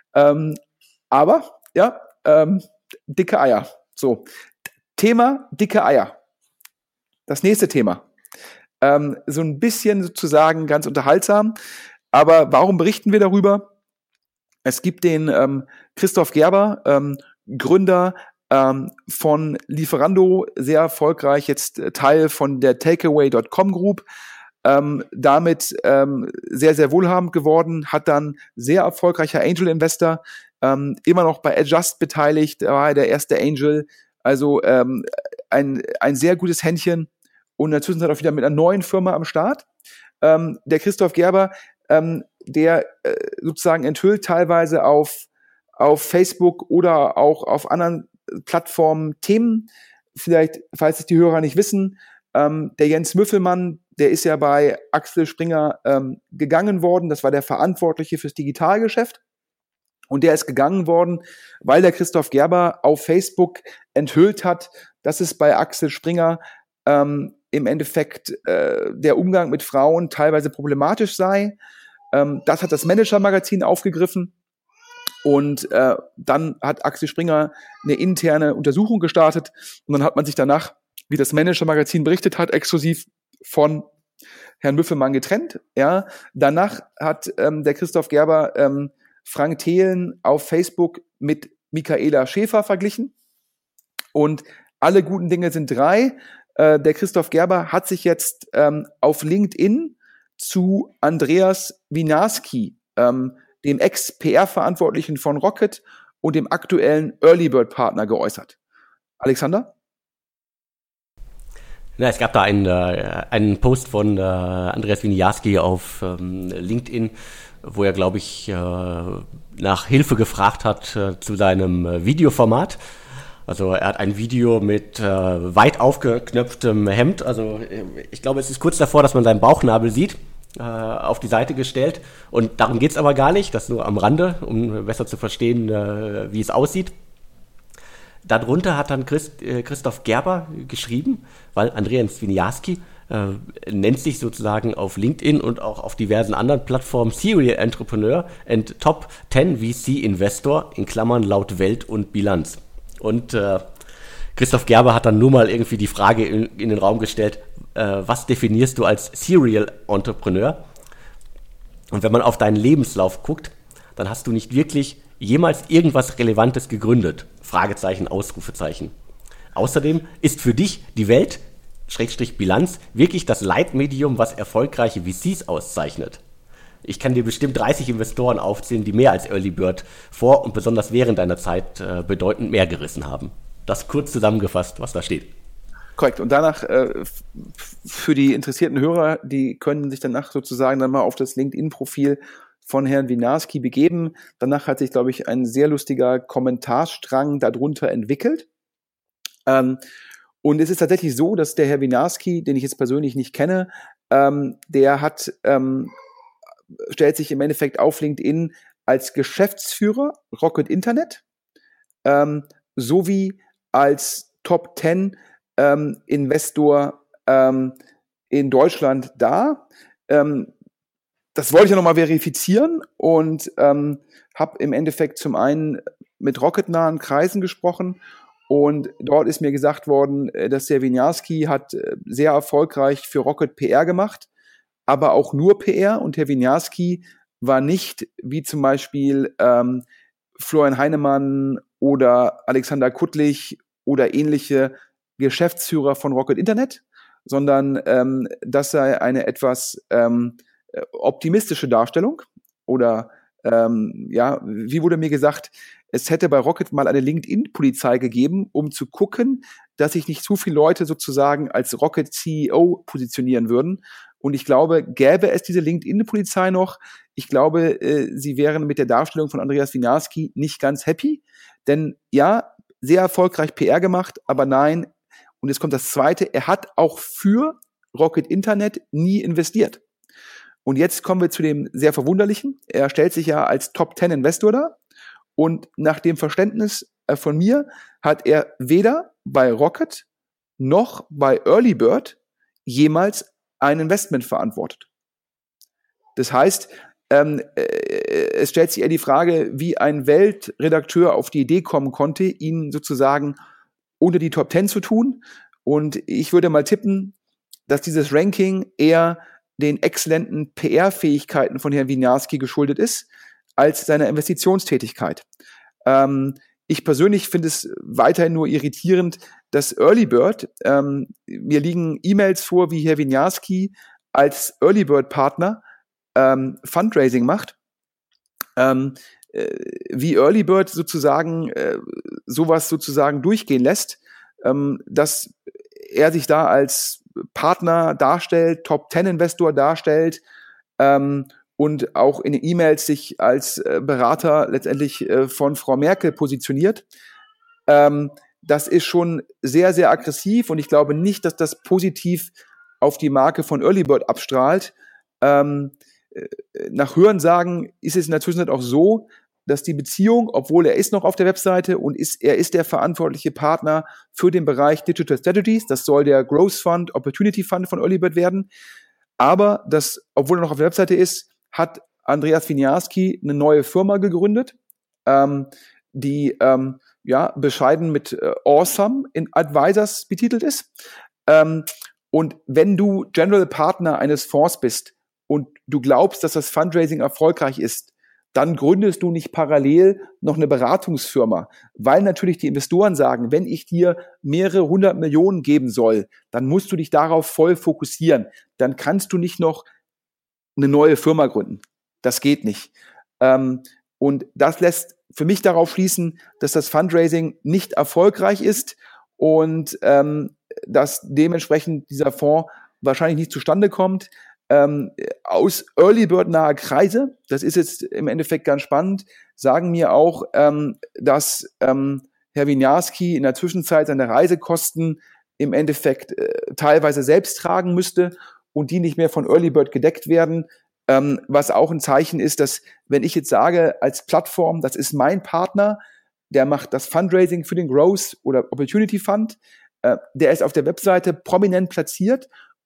Aber, ja, dicke Eier. So, Thema dicke Eier. Das nächste Thema. So ein bisschen sozusagen ganz unterhaltsam. Aber warum berichten wir darüber? Es gibt den Christoph Gerber, Gründer von Lieferando, sehr erfolgreich, jetzt Teil von der Takeaway.com Group, damit sehr, sehr wohlhabend geworden, hat dann sehr erfolgreicher Angel Investor, immer noch bei Adjust beteiligt, war der erste Angel, also ein sehr gutes Händchen und in der Zwischenzeit auch wieder mit einer neuen Firma am Start. Der Christoph Gerber, der sozusagen enthüllt teilweise auf Facebook oder auch auf anderen Plattformen Themen. Vielleicht, falls es die Hörer nicht wissen, der Jens Müffelmann, der ist ja bei Axel Springer gegangen worden. Das war der Verantwortliche fürs Digitalgeschäft. Und der ist gegangen worden, weil der Christoph Gerber auf Facebook enthüllt hat, dass es bei Axel Springer im Endeffekt der Umgang mit Frauen teilweise problematisch sei. Das hat das Manager-Magazin aufgegriffen. Und dann hat Axel Springer eine interne Untersuchung gestartet. Und dann hat man sich danach, wie das Manager-Magazin berichtet hat, exklusiv von Herrn Müffelmann getrennt. Ja, danach hat der Christoph Gerber Frank Thelen auf Facebook mit Michaela Schäfer verglichen. Und alle guten Dinge sind drei. Der Christoph Gerber hat sich jetzt auf LinkedIn zu Andreas Winarski, dem Ex-PR-Verantwortlichen von Rocket und dem aktuellen Early Bird Partner geäußert. Alexander? Ja, es gab da einen Post von Andreas Winiarski auf LinkedIn, wo er, glaube ich, nach Hilfe gefragt hat zu seinem Videoformat. Also er hat ein Video mit weit aufgeknöpftem Hemd. Also ich glaube, es ist kurz davor, dass man seinen Bauchnabel sieht, auf die Seite gestellt. Und darum geht's aber gar nicht. Das nur am Rande, um besser zu verstehen, wie es aussieht. Darunter hat dann Christoph Gerber geschrieben, weil Andreas Winiarski nennt sich sozusagen auf LinkedIn und auch auf diversen anderen Plattformen Serial Entrepreneur and Top 10 VC Investor, in Klammern laut Welt und Bilanz. Und Christoph Gerber hat dann nur mal irgendwie die Frage in den Raum gestellt, was definierst du als Serial Entrepreneur? Und wenn man auf deinen Lebenslauf guckt, dann hast du nicht wirklich jemals irgendwas Relevantes gegründet. Fragezeichen, Ausrufezeichen. Außerdem ist für dich die Welt, Schrägstrich Bilanz, wirklich das Leitmedium, was erfolgreiche VCs auszeichnet. Ich kann dir bestimmt 30 Investoren aufzählen, die mehr als Early Bird vor und besonders während deiner Zeit bedeutend mehr gerissen haben. Das kurz zusammengefasst, was da steht. Korrekt. Und danach, für die interessierten Hörer, die können sich danach sozusagen dann mal auf das LinkedIn-Profil von Herrn Winiarski begeben. Danach hat sich, glaube ich, ein sehr lustiger Kommentarstrang darunter entwickelt. Und es ist tatsächlich so, dass der Herr Winiarski, den ich jetzt persönlich nicht kenne, der hat, stellt sich im Endeffekt auf LinkedIn als Geschäftsführer Rocket Internet, sowie als Top 10 Investor in Deutschland da. Das wollte ich ja nochmal verifizieren und habe im Endeffekt zum einen mit Rocket-nahen Kreisen gesprochen. Und dort ist mir gesagt worden, dass der Winiarski hat sehr erfolgreich für Rocket PR gemacht, aber auch nur PR. Und Herr Winiarski war nicht, wie zum Beispiel Florian Heinemann oder Alexander Kuttlich oder ähnliche Geschäftsführer von Rocket Internet, sondern das sei eine etwas optimistische Darstellung. Oder wie wurde mir gesagt, es hätte bei Rocket mal eine LinkedIn-Polizei gegeben, um zu gucken, dass sich nicht zu viele Leute sozusagen als Rocket-CEO positionieren würden. Und ich glaube, gäbe es diese LinkedIn-Polizei noch, ich glaube, sie wären mit der Darstellung von Andreas Winiarski nicht ganz happy. Denn ja, sehr erfolgreich PR gemacht, aber nein, und jetzt kommt das Zweite, er hat auch für Rocket Internet nie investiert. Und jetzt kommen wir zu dem sehr Verwunderlichen. Er stellt sich ja als Top 10 Investor dar. Und nach dem Verständnis von mir hat er weder bei Rocket noch bei Early Bird jemals ein Investment verantwortet. Das heißt, es stellt sich eher die Frage, wie ein Weltredakteur auf die Idee kommen konnte, ihn sozusagen unter die Top 10 zu tun. Und ich würde mal tippen, dass dieses Ranking eher den exzellenten PR-Fähigkeiten von Herrn Winiarski geschuldet ist, als seiner Investitionstätigkeit. Ich persönlich finde es weiterhin nur irritierend, dass Early Bird, mir liegen E-Mails vor, wie Herr Winiarski als Early Bird Partner Fundraising macht, wie Early Bird sozusagen sowas sozusagen durchgehen lässt, dass er sich da als Partner darstellt, Top 10 Investor darstellt, und auch in den E-Mails sich als Berater letztendlich von Frau Merkel positioniert. Das ist schon sehr, sehr aggressiv und ich glaube nicht, dass das positiv auf die Marke von Early Bird abstrahlt. Nach Hörensagen ist es in der Zwischenzeit auch so, dass die Beziehung, obwohl er ist noch auf der Webseite und er ist der verantwortliche Partner für den Bereich Digital Strategies, das soll der Growth Fund, Opportunity Fund von Early Bird werden, aber das, obwohl er noch auf der Webseite ist, hat Andreas Winiarski eine neue Firma gegründet, die bescheiden mit Awesome in Advisors betitelt ist. Und wenn du General Partner eines Fonds bist und du glaubst, dass das Fundraising erfolgreich ist, dann gründest du nicht parallel noch eine Beratungsfirma, weil natürlich die Investoren sagen, wenn ich dir mehrere 100 Millionen geben soll, dann musst du dich darauf voll fokussieren. Dann kannst du nicht noch eine neue Firma gründen. Das geht nicht. Und das lässt für mich darauf schließen, dass das Fundraising nicht erfolgreich ist und dass dementsprechend dieser Fonds wahrscheinlich nicht zustande kommt. Aus Early Bird nahe Kreise, das ist jetzt im Endeffekt ganz spannend, sagen mir auch, dass Herr Winiarski in der Zwischenzeit seine Reisekosten im Endeffekt teilweise selbst tragen müsste und die nicht mehr von Early Bird gedeckt werden, was auch ein Zeichen ist, dass wenn ich jetzt sage als Plattform, das ist mein Partner, der macht das Fundraising für den Growth oder Opportunity Fund, der ist auf der Webseite prominent platziert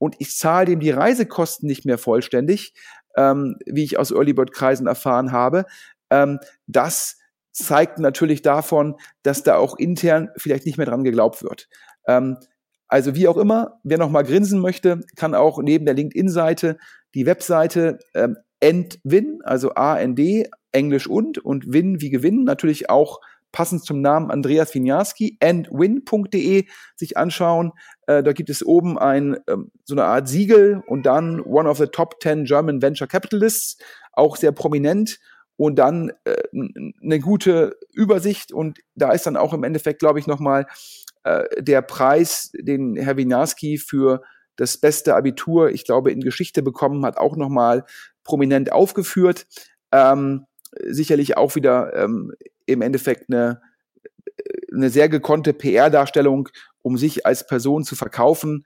und ich zahle dem die Reisekosten nicht mehr vollständig, wie ich aus Early Bird Kreisen erfahren habe, das zeigt natürlich davon, dass da auch intern vielleicht nicht mehr dran geglaubt wird. Also wie auch immer, wer noch mal grinsen möchte, kann auch neben der LinkedIn-Seite die Webseite Endwin, also A-N-D, Englisch und Win wie Gewinn, natürlich auch passend zum Namen Andreas Winiarski, endwin.de sich anschauen. Da gibt es oben so eine Art Siegel und dann One of the Top 10 German Venture Capitalists, auch sehr prominent. Und dann eine gute Übersicht und da ist dann auch im Endeffekt, glaube ich, nochmal der Preis, den Herr Winiarski für das beste Abitur, ich glaube, in Geschichte bekommen hat, auch nochmal prominent aufgeführt. Sicherlich auch wieder im Endeffekt eine sehr gekonnte PR-Darstellung, um sich als Person zu verkaufen.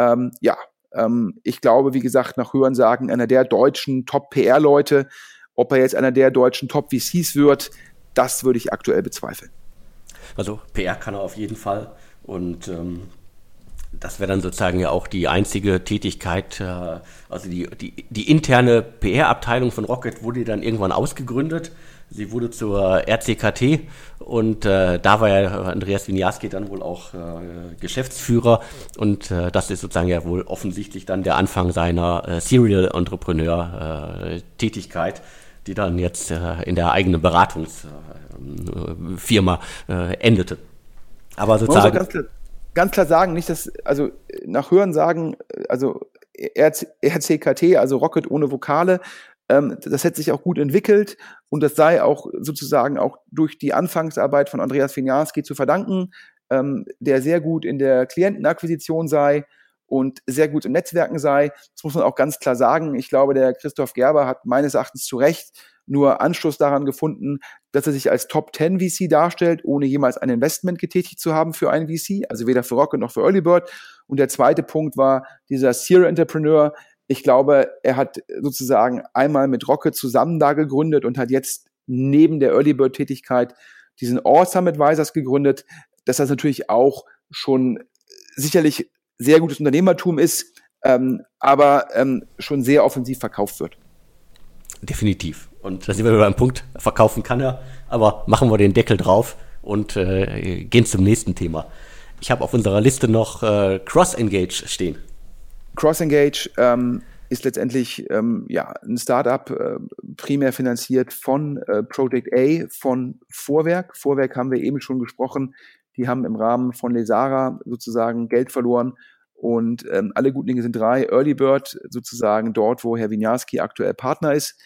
Ich glaube, wie gesagt, nach Hörensagen einer der deutschen Top-PR-Leute. Ob er jetzt einer der deutschen Top-VCs wird, das würde ich aktuell bezweifeln. Also PR kann er auf jeden Fall und das wäre dann sozusagen ja auch die einzige Tätigkeit, also die interne PR-Abteilung von Rocket wurde dann irgendwann ausgegründet. Sie wurde zur RCKT und da war ja Andreas Winiarski dann wohl auch Geschäftsführer und das ist sozusagen ja wohl offensichtlich dann der Anfang seiner Serial Entrepreneur-Tätigkeit, die dann jetzt in der eigenen Beratungsfirma endete. Aber sozusagen ganz klar sagen, nicht dass, also nach Hörensagen, also RCKT, also Rocket ohne Vokale, das hätte sich auch gut entwickelt und das sei auch sozusagen auch durch die Anfangsarbeit von Andreas Winiarski zu verdanken, der sehr gut in der Klientenakquisition sei und sehr gut im Netzwerken sei. Das muss man auch ganz klar sagen. Ich glaube, der Christoph Gerber hat meines Erachtens zu Recht nur Anschluss daran gefunden, dass er sich als Top-10 VC darstellt, ohne jemals ein Investment getätigt zu haben für einen VC, also weder für Rocket noch für Early Bird. Und der zweite Punkt war dieser Serial Entrepreneur. Ich glaube, er hat sozusagen einmal mit Rocket zusammen da gegründet und hat jetzt neben der Early Bird Tätigkeit diesen Awesome Advisors gegründet, dass das natürlich auch schon sicherlich sehr gutes Unternehmertum ist, aber schon sehr offensiv verkauft wird. Definitiv. Und da sind wir beim Punkt, verkaufen kann er, aber machen wir den Deckel drauf und gehen zum nächsten Thema. Ich habe auf unserer Liste noch CrossEngage stehen. CrossEngage ist letztendlich ein Startup, primär finanziert von Project A, von Vorwerk. Vorwerk haben wir eben schon gesprochen. Die haben im Rahmen von Lesara sozusagen Geld verloren. Und alle guten Dinge sind drei. Early Bird sozusagen dort, wo Herr Winiarski aktuell Partner ist.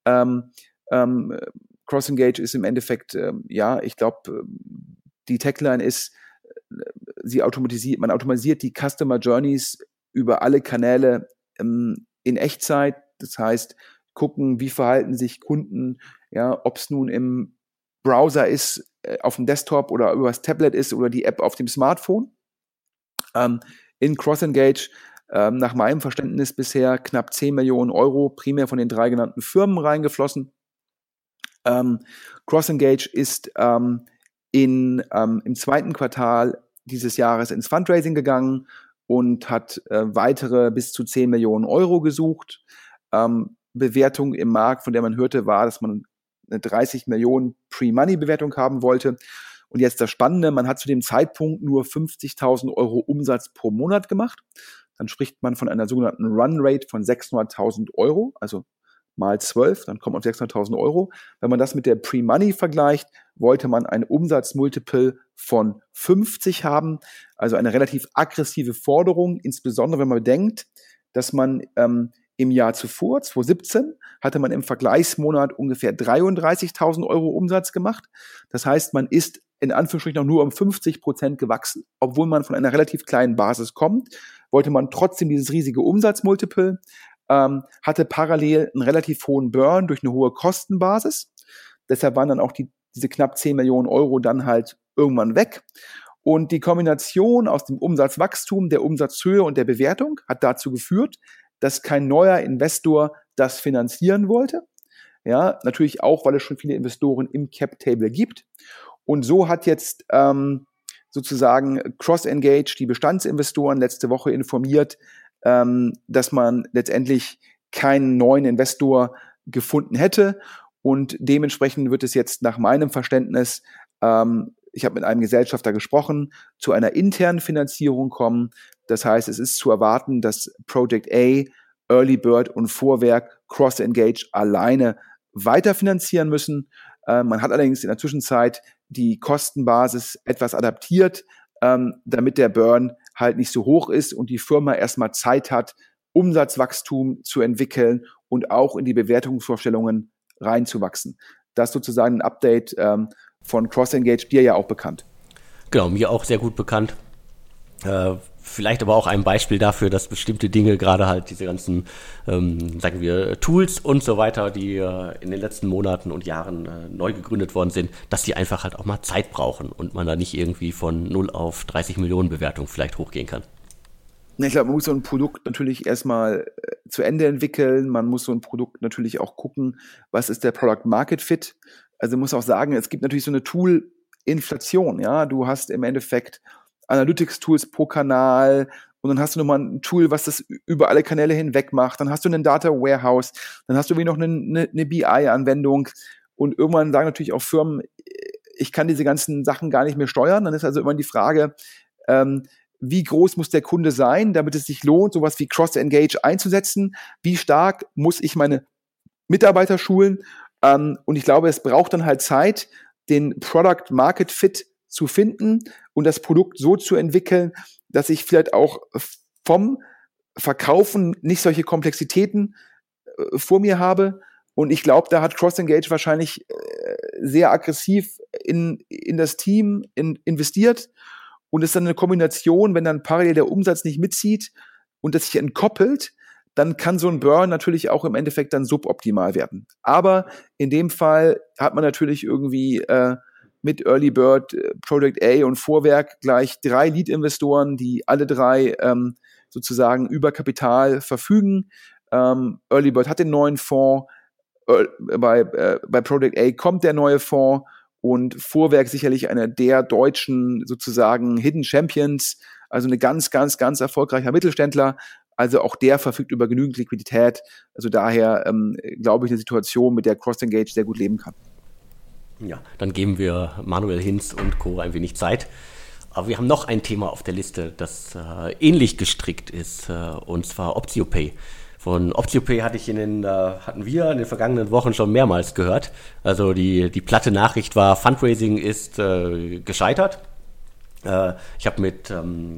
CrossEngage ist im Endeffekt, ich glaube, die Tagline ist, man automatisiert die Customer Journeys über alle Kanäle in Echtzeit. Das heißt, gucken, wie verhalten sich Kunden, ja, ob es nun im Browser ist, auf dem Desktop oder über das Tablet ist oder die App auf dem Smartphone. In CrossEngage nach meinem Verständnis bisher knapp 10 Millionen Euro primär von den drei genannten Firmen reingeflossen. CrossEngage ist im zweiten Quartal dieses Jahres ins Fundraising gegangen und hat weitere bis zu 10 Millionen Euro gesucht. Bewertung im Markt, von der man hörte, war, dass man eine 30 Millionen Pre-Money-Bewertung haben wollte. Und jetzt das Spannende, man hat zu dem Zeitpunkt nur 50.000 Euro Umsatz pro Monat gemacht. Dann spricht man von einer sogenannten Run-Rate von 600.000 Euro, also mal 12, dann kommt man auf 600.000 Euro. Wenn man das mit der Pre-Money vergleicht, wollte man ein Umsatzmultiple von 50 haben, also eine relativ aggressive Forderung, insbesondere wenn man bedenkt, dass man im Jahr zuvor, 2017, hatte man im Vergleichsmonat ungefähr 33.000 Euro Umsatz gemacht. Das heißt, man ist in Anführungsstrichen noch nur um 50% gewachsen, obwohl man von einer relativ kleinen Basis kommt, wollte man trotzdem dieses riesige Umsatzmultiple, hatte parallel einen relativ hohen Burn durch eine hohe Kostenbasis. Deshalb waren dann auch diese knapp 10 Millionen Euro dann halt irgendwann weg. Und die Kombination aus dem Umsatzwachstum, der Umsatzhöhe und der Bewertung hat dazu geführt, dass kein neuer Investor das finanzieren wollte. Ja, natürlich auch, weil es schon viele Investoren im Cap-Table gibt. Und so hat jetzt sozusagen CrossEngage die Bestandsinvestoren letzte Woche informiert, dass man letztendlich keinen neuen Investor gefunden hätte. Und dementsprechend wird es jetzt nach meinem Verständnis, ich habe mit einem Gesellschafter gesprochen, zu einer internen Finanzierung kommen. Das heißt, es ist zu erwarten, dass Project A, Early Bird und Vorwerk Cross-Engage alleine weiterfinanzieren müssen. Man hat allerdings in der Zwischenzeit die Kostenbasis etwas adaptiert, damit der Burn halt nicht so hoch ist und die Firma erstmal Zeit hat, Umsatzwachstum zu entwickeln und auch in die Bewertungsvorstellungen reinzuwachsen. Das ist sozusagen ein Update von CrossEngage, dir ja auch bekannt. Genau, mir auch sehr gut bekannt. Vielleicht aber auch ein Beispiel dafür, dass bestimmte Dinge, gerade halt diese ganzen, sagen wir, Tools und so weiter, die in den letzten Monaten und Jahren neu gegründet worden sind, dass die einfach halt auch mal Zeit brauchen und man da nicht irgendwie von 0 auf 30 Millionen Bewertung vielleicht hochgehen kann. Ich glaube, man muss so ein Produkt natürlich erstmal zu Ende entwickeln. Man muss so ein Produkt natürlich auch gucken, was ist der Product Market Fit. Also man muss auch sagen, es gibt natürlich so eine Tool-Inflation. Ja, du hast im Endeffekt Analytics-Tools pro Kanal und dann hast du nochmal ein Tool, was das über alle Kanäle hinweg macht. Dann hast du einen Data Warehouse, dann hast du wie noch eine BI-Anwendung und irgendwann sagen natürlich auch Firmen, ich kann diese ganzen Sachen gar nicht mehr steuern. Dann ist also immer die Frage, wie groß muss der Kunde sein, damit es sich lohnt, sowas wie Cross-Engage einzusetzen? Wie stark muss ich meine Mitarbeiter schulen? Und ich glaube, es braucht dann halt Zeit, den Product Market Fit zu finden und das Produkt so zu entwickeln, dass ich vielleicht auch vom Verkaufen nicht solche Komplexitäten vor mir habe. Und ich glaube, da hat CrossEngage wahrscheinlich sehr aggressiv in das Team investiert. Und es ist dann eine Kombination, wenn dann parallel der Umsatz nicht mitzieht und das sich entkoppelt, dann kann so ein Burn natürlich auch im Endeffekt dann suboptimal werden. Aber in dem Fall hat man natürlich irgendwie mit Early Bird, Project A und Vorwerk gleich 3 Lead-Investoren, die alle 3 sozusagen über Kapital verfügen. Early Bird hat den neuen Fonds, bei Project A kommt der neue Fonds und Vorwerk sicherlich einer der deutschen sozusagen Hidden Champions, also eine ganz, ganz, ganz erfolgreicher Mittelständler. Also auch der verfügt über genügend Liquidität. Also daher glaube ich, eine Situation, mit der CrossEngage sehr gut leben kann. Ja, dann geben wir Manuel Hinz und Co. ein wenig Zeit. Aber wir haben noch ein Thema auf der Liste, das ähnlich gestrickt ist, und zwar OptioPay. Von OptioPay hatten wir in den vergangenen Wochen schon mehrmals gehört. Also die platte Nachricht war, Fundraising ist gescheitert. Ich habe mit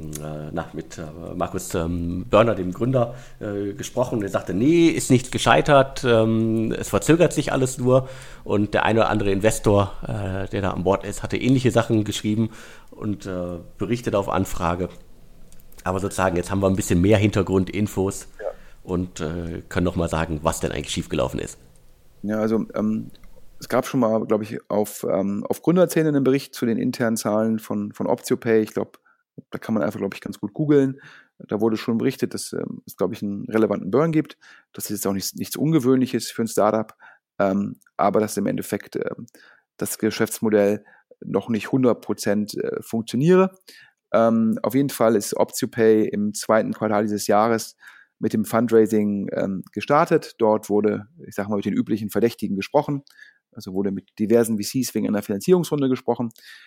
Markus Börner, dem Gründer, gesprochen. Der sagte, nee, ist nichts gescheitert, es verzögert sich alles nur. Und der eine oder andere Investor, der da an Bord ist, hatte ähnliche Sachen geschrieben und berichtet auf Anfrage. Aber sozusagen, jetzt haben wir ein bisschen mehr Hintergrundinfos und können noch mal sagen, was denn eigentlich schiefgelaufen ist. Ja, also es gab schon mal, glaube ich, auf Gründerzählen einen Bericht zu den internen Zahlen von OptioPay. Ich glaube, da kann man einfach, glaube ich, ganz gut googeln. Da wurde schon berichtet, dass es, glaube ich, einen relevanten Burn gibt. Das ist jetzt auch nichts Ungewöhnliches für ein Startup, aber dass im Endeffekt das Geschäftsmodell noch nicht 100% funktioniere. Auf jeden Fall ist OptioPay im 2. Quartal dieses Jahres mit dem Fundraising gestartet. Dort wurde, ich sage mal, mit den üblichen Verdächtigen gesprochen. Also wurde mit diversen VCs wegen einer Finanzierungsrunde gesprochen.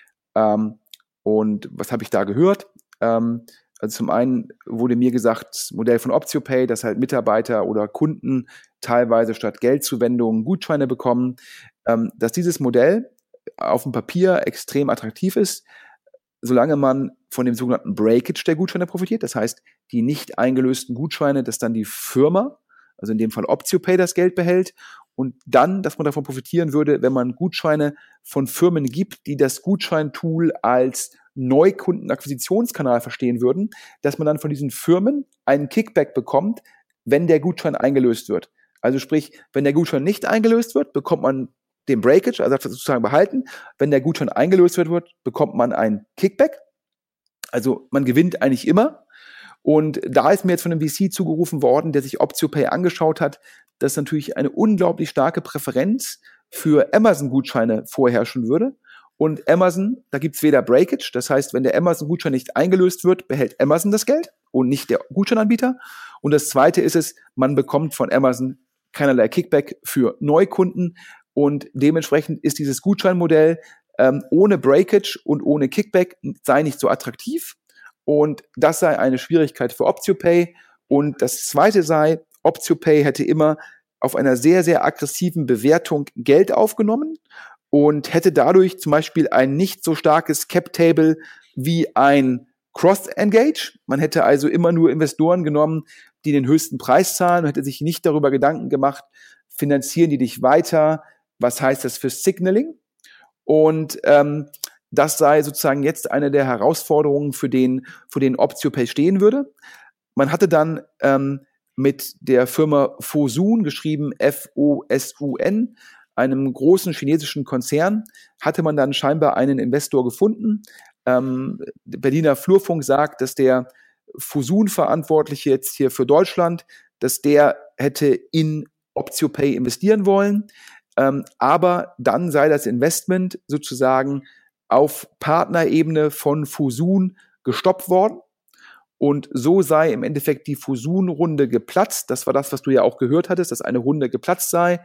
Und was habe ich da gehört? Also zum einen wurde mir gesagt, das Modell von OptioPay, dass halt Mitarbeiter oder Kunden teilweise statt Geldzuwendungen Gutscheine bekommen, dass dieses Modell auf dem Papier extrem attraktiv ist, solange man von dem sogenannten Breakage der Gutscheine profitiert. Das heißt, die nicht eingelösten Gutscheine, dass dann die Firma, also in dem Fall OptioPay, das Geld behält und dann, dass man davon profitieren würde, wenn man Gutscheine von Firmen gibt, die das Gutscheintool als Neukundenakquisitionskanal verstehen würden, dass man dann von diesen Firmen einen Kickback bekommt, wenn der Gutschein eingelöst wird. Also sprich, wenn der Gutschein nicht eingelöst wird, bekommt man den Breakage, also sozusagen behalten. Wenn der Gutschein eingelöst wird, bekommt man ein Kickback. Also man gewinnt eigentlich immer. Und da ist mir jetzt von einem VC zugerufen worden, der sich OptioPay angeschaut hat, dass natürlich eine unglaublich starke Präferenz für Amazon-Gutscheine vorherrschen würde. Und Amazon, da gibt's weder Breakage, das heißt, wenn der Amazon-Gutschein nicht eingelöst wird, behält Amazon das Geld und nicht der Gutscheinanbieter. Und das Zweite ist es, man bekommt von Amazon keinerlei Kickback für Neukunden und dementsprechend ist dieses Gutscheinmodell ohne Breakage und ohne Kickback sei nicht so attraktiv und das sei eine Schwierigkeit für OptioPay. Und das Zweite sei, OptioPay hätte immer auf einer sehr, sehr aggressiven Bewertung Geld aufgenommen und hätte dadurch zum Beispiel ein nicht so starkes Cap-Table wie ein Cross-Engage. Man hätte also immer nur Investoren genommen, die den höchsten Preis zahlen und hätte sich nicht darüber Gedanken gemacht, finanzieren die dich weiter, was heißt das für Signaling? Und das sei sozusagen jetzt eine der Herausforderungen, für den OptioPay stehen würde. Man hatte dann mit der Firma Fosun, geschrieben Fosun, einem großen chinesischen Konzern, hatte man dann scheinbar einen Investor gefunden. Berliner Flurfunk sagt, dass der Fosun-Verantwortliche jetzt hier für Deutschland, dass der hätte in OptioPay investieren wollen, aber dann sei das Investment sozusagen auf Partnerebene von Fosun gestoppt worden. Und so sei im Endeffekt die Fosun-Runde geplatzt. Das war das, was du ja auch gehört hattest, dass eine Runde geplatzt sei.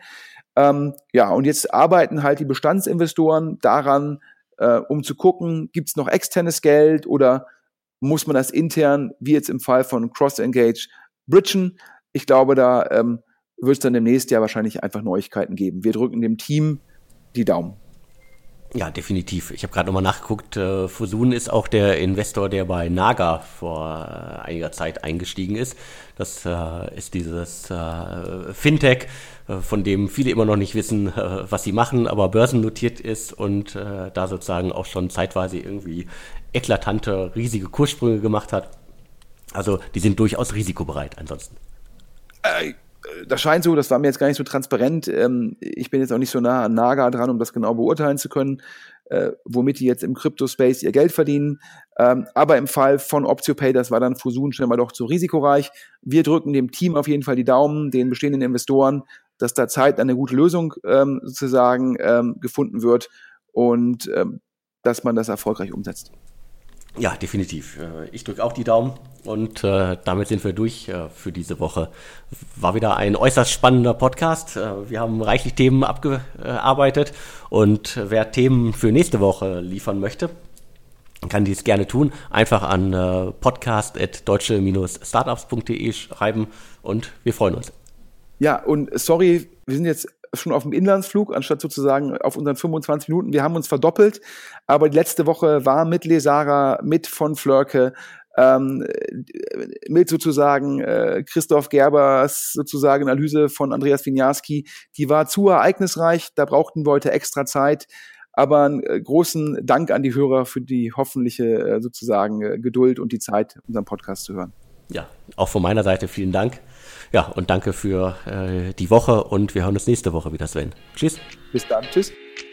Und jetzt arbeiten halt die Bestandsinvestoren daran, um zu gucken, gibt es noch externes Geld oder muss man das intern, wie jetzt im Fall von Cross-Engage, bridgen. Ich glaube, da wird es dann demnächst ja wahrscheinlich einfach Neuigkeiten geben. Wir drücken dem Team die Daumen. Ja, definitiv. Ich habe gerade nochmal nachgeguckt. Fosun ist auch der Investor, der bei Naga vor einiger Zeit eingestiegen ist. Das ist dieses Fintech, von dem viele immer noch nicht wissen, was sie machen, aber börsennotiert ist und da sozusagen auch schon zeitweise irgendwie eklatante, riesige Kurssprünge gemacht hat. Also die sind durchaus risikobereit ansonsten. Das scheint so, das war mir jetzt gar nicht so transparent. Ich bin jetzt auch nicht so nah an Naga dran, um das genau beurteilen zu können, womit die jetzt im Crypto-Space ihr Geld verdienen. Aber im Fall von OptioPay, das war dann Fosun scheinbar doch zu risikoreich. Wir drücken dem Team auf jeden Fall die Daumen, den bestehenden Investoren, dass da zeitnah eine gute Lösung sozusagen gefunden wird und dass man das erfolgreich umsetzt. Ja, definitiv. Ich drücke auch die Daumen und damit sind wir durch für diese Woche. War wieder ein äußerst spannender Podcast. Wir haben reichlich Themen abgearbeitet und wer Themen für nächste Woche liefern möchte, kann dies gerne tun. Einfach an podcast@deutsche-startups.de schreiben und wir freuen uns. Ja, und sorry, wir sind jetzt schon auf dem Inlandsflug, anstatt sozusagen auf unseren 25 Minuten. Wir haben uns verdoppelt, aber die letzte Woche war mit Lesara, mit von Flörke, mit sozusagen Christoph Gerbers sozusagen Analyse von Andreas Winiarski. Die war zu ereignisreich, da brauchten wir heute extra Zeit. Aber einen großen Dank an die Hörer für die hoffentliche sozusagen Geduld und die Zeit, unseren Podcast zu hören. Ja, auch von meiner Seite vielen Dank. Ja, und danke für die Woche und wir hören uns nächste Woche wieder, Sven. Tschüss. Bis dann. Tschüss.